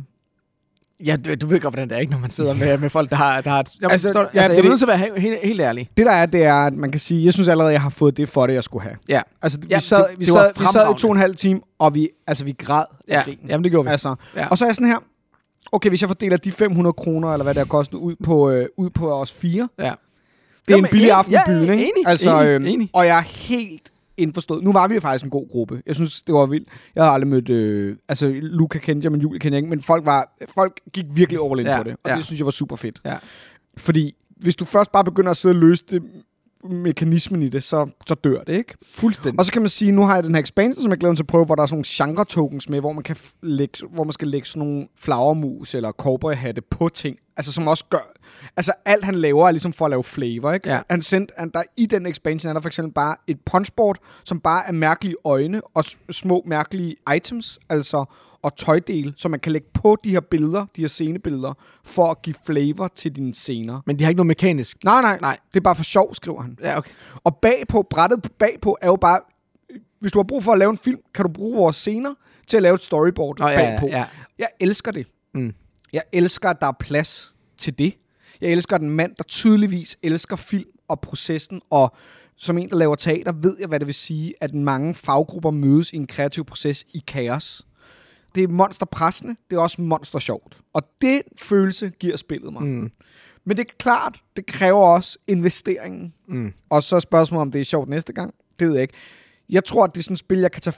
Ja, du, du ved godt, hvordan det er, ikke, når man sidder med, med folk, der har... Der har et, jeg, altså, forstår, ja, altså, det, jeg er nødt til at være helt, helt ærlig. Det der er, det er, at man kan sige, jeg synes allerede, jeg har fået det for det, jeg skulle have. Ja. Altså, ja, vi sad, det, vi, det sad, vi sad i to og en halv time, og vi, altså, vi græd ja. af grinen. Jamen, det gjorde vi. Altså, ja. Og så er jeg sådan her, okay, hvis jeg fordeler de fem hundrede kroner, eller hvad det har kostet, ud på, øh, ud på os fire, ja. det er jo, en billig aften i byen, ikke? Enig, altså, enig, øhm, enig. Og jeg er helt indforstået. Nu var vi jo faktisk en god gruppe. Jeg synes, det var vildt. Jeg har aldrig mødt... Øh, altså, Luca kendte jeg, men Julie kendte jeg ikke. Men folk, var, folk gik virkelig all in ja, på det. Og ja. det synes jeg var super fedt. Ja. Fordi hvis du først bare begynder at sidde og løse det, mekanismen i det, så, så dør det, ikke? Fuldstændig. Og så kan man sige, nu har jeg den her expansion, som jeg glæder mig til at prøve, hvor der er sådan nogle genre-tokens med, hvor man, kan lægge, hvor man skal lægge sådan nogle flagermus eller cowboyhatte på ting. Altså, som også gør... Altså, alt han laver er ligesom for at lave flavor, ikke? Ja. Han sendt, han, der, I den expansion er der for eksempel bare et punchboard, som bare er mærkelige øjne og små mærkelige items, altså og tøjdele, som man kan lægge på de her billeder, de her scenebilleder, for at give flavor til dine scener. Men de har ikke noget mekanisk. Nej, nej, nej. Det er bare for sjov, skriver han. Ja, okay. Og bagpå, brættet bagpå, er jo bare... Hvis du har brug for at lave en film, kan du bruge vores scener til at lave et storyboard oh, bagpå. Ja, ja. Jeg elsker det. Mm. Jeg elsker, at der er plads til det. Jeg elsker den mand, der tydeligvis elsker film og processen, og som en, der laver teater, ved jeg, hvad det vil sige, at mange faggrupper mødes i en kreativ proces i kaos. Det er monsterpressende, det er også monster sjovt. Og den følelse giver spillet mig. Mm. Men det er klart, det kræver også investeringen. Mm. Og så er spørgsmålet, om det er sjovt næste gang. Det ved jeg ikke. Jeg tror, at det er sådan et spil, jeg kan tage frem,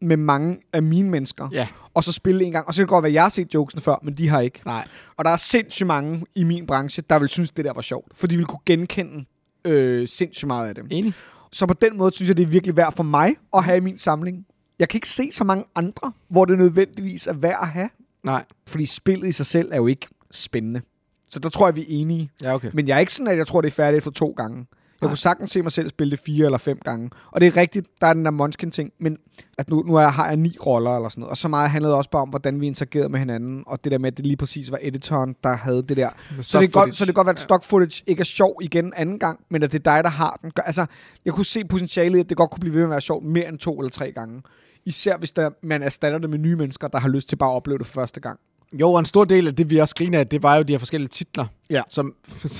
med mange af mine mennesker, Ja. og så spille en gang. Og så kan det godt være, at jeg har set jokesene før, men de har ikke. Nej. Og der er sindssygt mange i min branche, der vil synes, det der var sjovt. For de vil kunne genkende øh, sindssygt meget af dem. Enig. Så på den måde synes jeg, det er virkelig værd for mig at have i min samling. Jeg kan ikke se så mange andre, hvor det nødvendigvis er værd at have. Nej. Fordi spillet i sig selv er jo ikke spændende. Så der tror jeg, vi er enige. Ja, okay. Men jeg er ikke sådan, at jeg tror, det er færdigt efter to gange. Jeg Nej. kunne sagtens se mig selv spille det fire eller fem gange. Og det er rigtigt, der er den der Munchkin-ting. Men at nu, nu er jeg, har jeg ni roller eller sådan noget. Og så meget handlede også bare om, hvordan vi interagerede med hinanden. Og det der med, at det lige præcis var editoren, der havde det der. Så det, godt, så det kan godt være, at stock footage ikke er sjov igen anden gang, men at det er dig, der har den. Altså, jeg kunne se potentialet, at det godt kunne blive ved med at være sjovt mere end to eller tre gange. Især hvis der, man erstatter det med nye mennesker, der har lyst til bare at opleve det for første gang. Jo, og en stor del af det, vi også griner af, det var jo de her forskellige titler. Ja. Som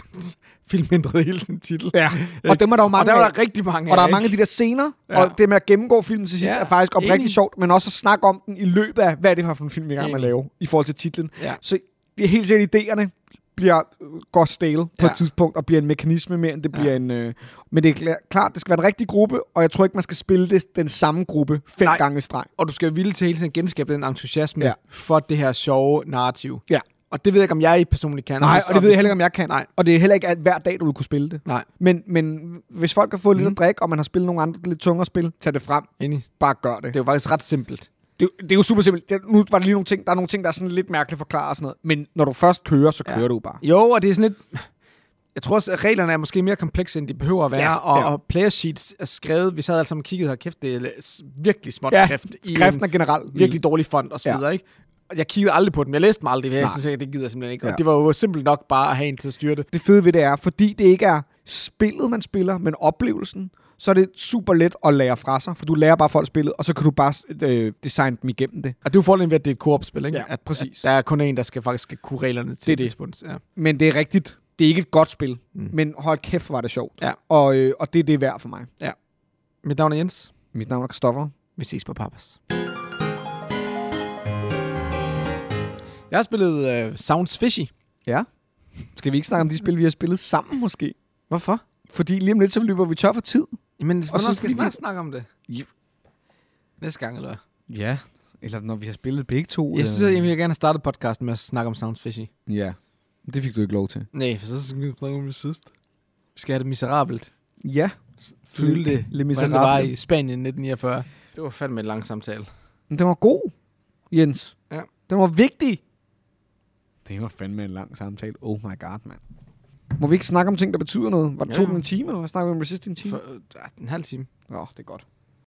filmændrede hele sin titel. Ja, og dem er der jo mange og der var af. der rigtig mange Og der af, er mange af ikke? de der scener, Ja. og det med at gennemgå filmen til sidst Ja, er faktisk oprigtigt enig. sjovt, men også at snakke om den i løbet af, hvad er det for en film, vi er i gang med at Enig. lave, i forhold til titlen. Ja. Så det er helt sikkert, idéerne bliver går stale på Ja. et tidspunkt, og bliver en mekanisme mere, end det Ja. bliver en... Øh, men det er klar, klart, det skal være en rigtig gruppe, og jeg tror ikke, man skal spille det, den samme gruppe fem Nej. gange i streg. Og du skal jo ville til hele tiden at genskabe den entusiasme Ja. for det her sjove narrativ. Ja. Og det ved jeg ikke, om jeg personligt kan. Nej, hvis- og det ved hvis jeg heller du- ikke, om jeg kan. Nej. Og det er heller ikke at hver dag, du vil kunne spille det. Nej, Men, men hvis folk har fået lidt Mhm. at drikke, og man har spillet nogle andre lidt tungere spil, tag det frem. enig. Bare gør det. Det er jo faktisk ret simpelt. Det, det er jo super simpelt. Det, nu var der lige nogle ting, der er nogle ting, der er sådan lidt mærkeligt forklaret og sådan noget. Men når du først kører, så kører Ja. du bare. Jo, og det er sådan lidt... Jeg tror også, at reglerne er måske mere komplekse, end de behøver at være. Ja, og, ja. og player sheets er skrevet... Vi sad alle sammen og kiggede her. Kæft, det er virkelig småt Ja, skrift. I skriften en er generelt virkelig dårlig font og så Ja. videre, ikke? Og jeg kiggede aldrig på dem. Jeg læste dem aldrig. Jeg Nej. synes, det gider jeg simpelthen ikke. Ja. Og det var jo simpelt nok bare at have en til at styre det. Det fede ved det er, fordi det ikke er spillet, man spiller, men oplevelsen, så er det super let at lære fra sig. For du lærer bare folk spillet, og så kan du bare øh, designe dem igennem det. Og det er jo fordelen ved, at det er et koop-spil, ikke? Ja, at, præcis. At der er kun en, der skal faktisk skal kunne reglerne til. Det er det. Bunds. Ja. Men det er rigtigt. Det er ikke et godt spil. Mm. Men hold kæft, var det sjovt. Ja. Og, øh, og det er det værd for mig. Mit navn er Jens. Mit navn er Christoffer. Vi ses på Papas. Jeg har spillet uh, Sounds Fishy. Ja. Skal vi ikke snakke om de spil, vi har spillet sammen måske? Hvorfor? Fordi lige om lidt, så løber vi tør for tid. Men hvornår så skal vi fordi- snart snakke om det? Næste gang, eller hvad? Ja. Eller når vi har spillet begge to. Jeg synes, at jeg vil gerne have startet podcasten med at snakke om Sounds Fishy. Ja. Det fik du ikke lov til. Nej, for så skal vi snakke om det sidst. Vi skal have det miserabelt. Ja. Føle det, Le hvordan det var Miserable. i Spanien nitten niogfyrre. Det var fandme en lang samtale. Men den var god, Jens. Ja. Den var vigtig. Det var fandme en lang samtale. Oh my god, mand. Må vi ikke snakke om ting, der betyder noget? Var det Ja. to en time, eller hvad? Snakker vi om Resist i en time? For, uh, en halv time. Nå, det er godt.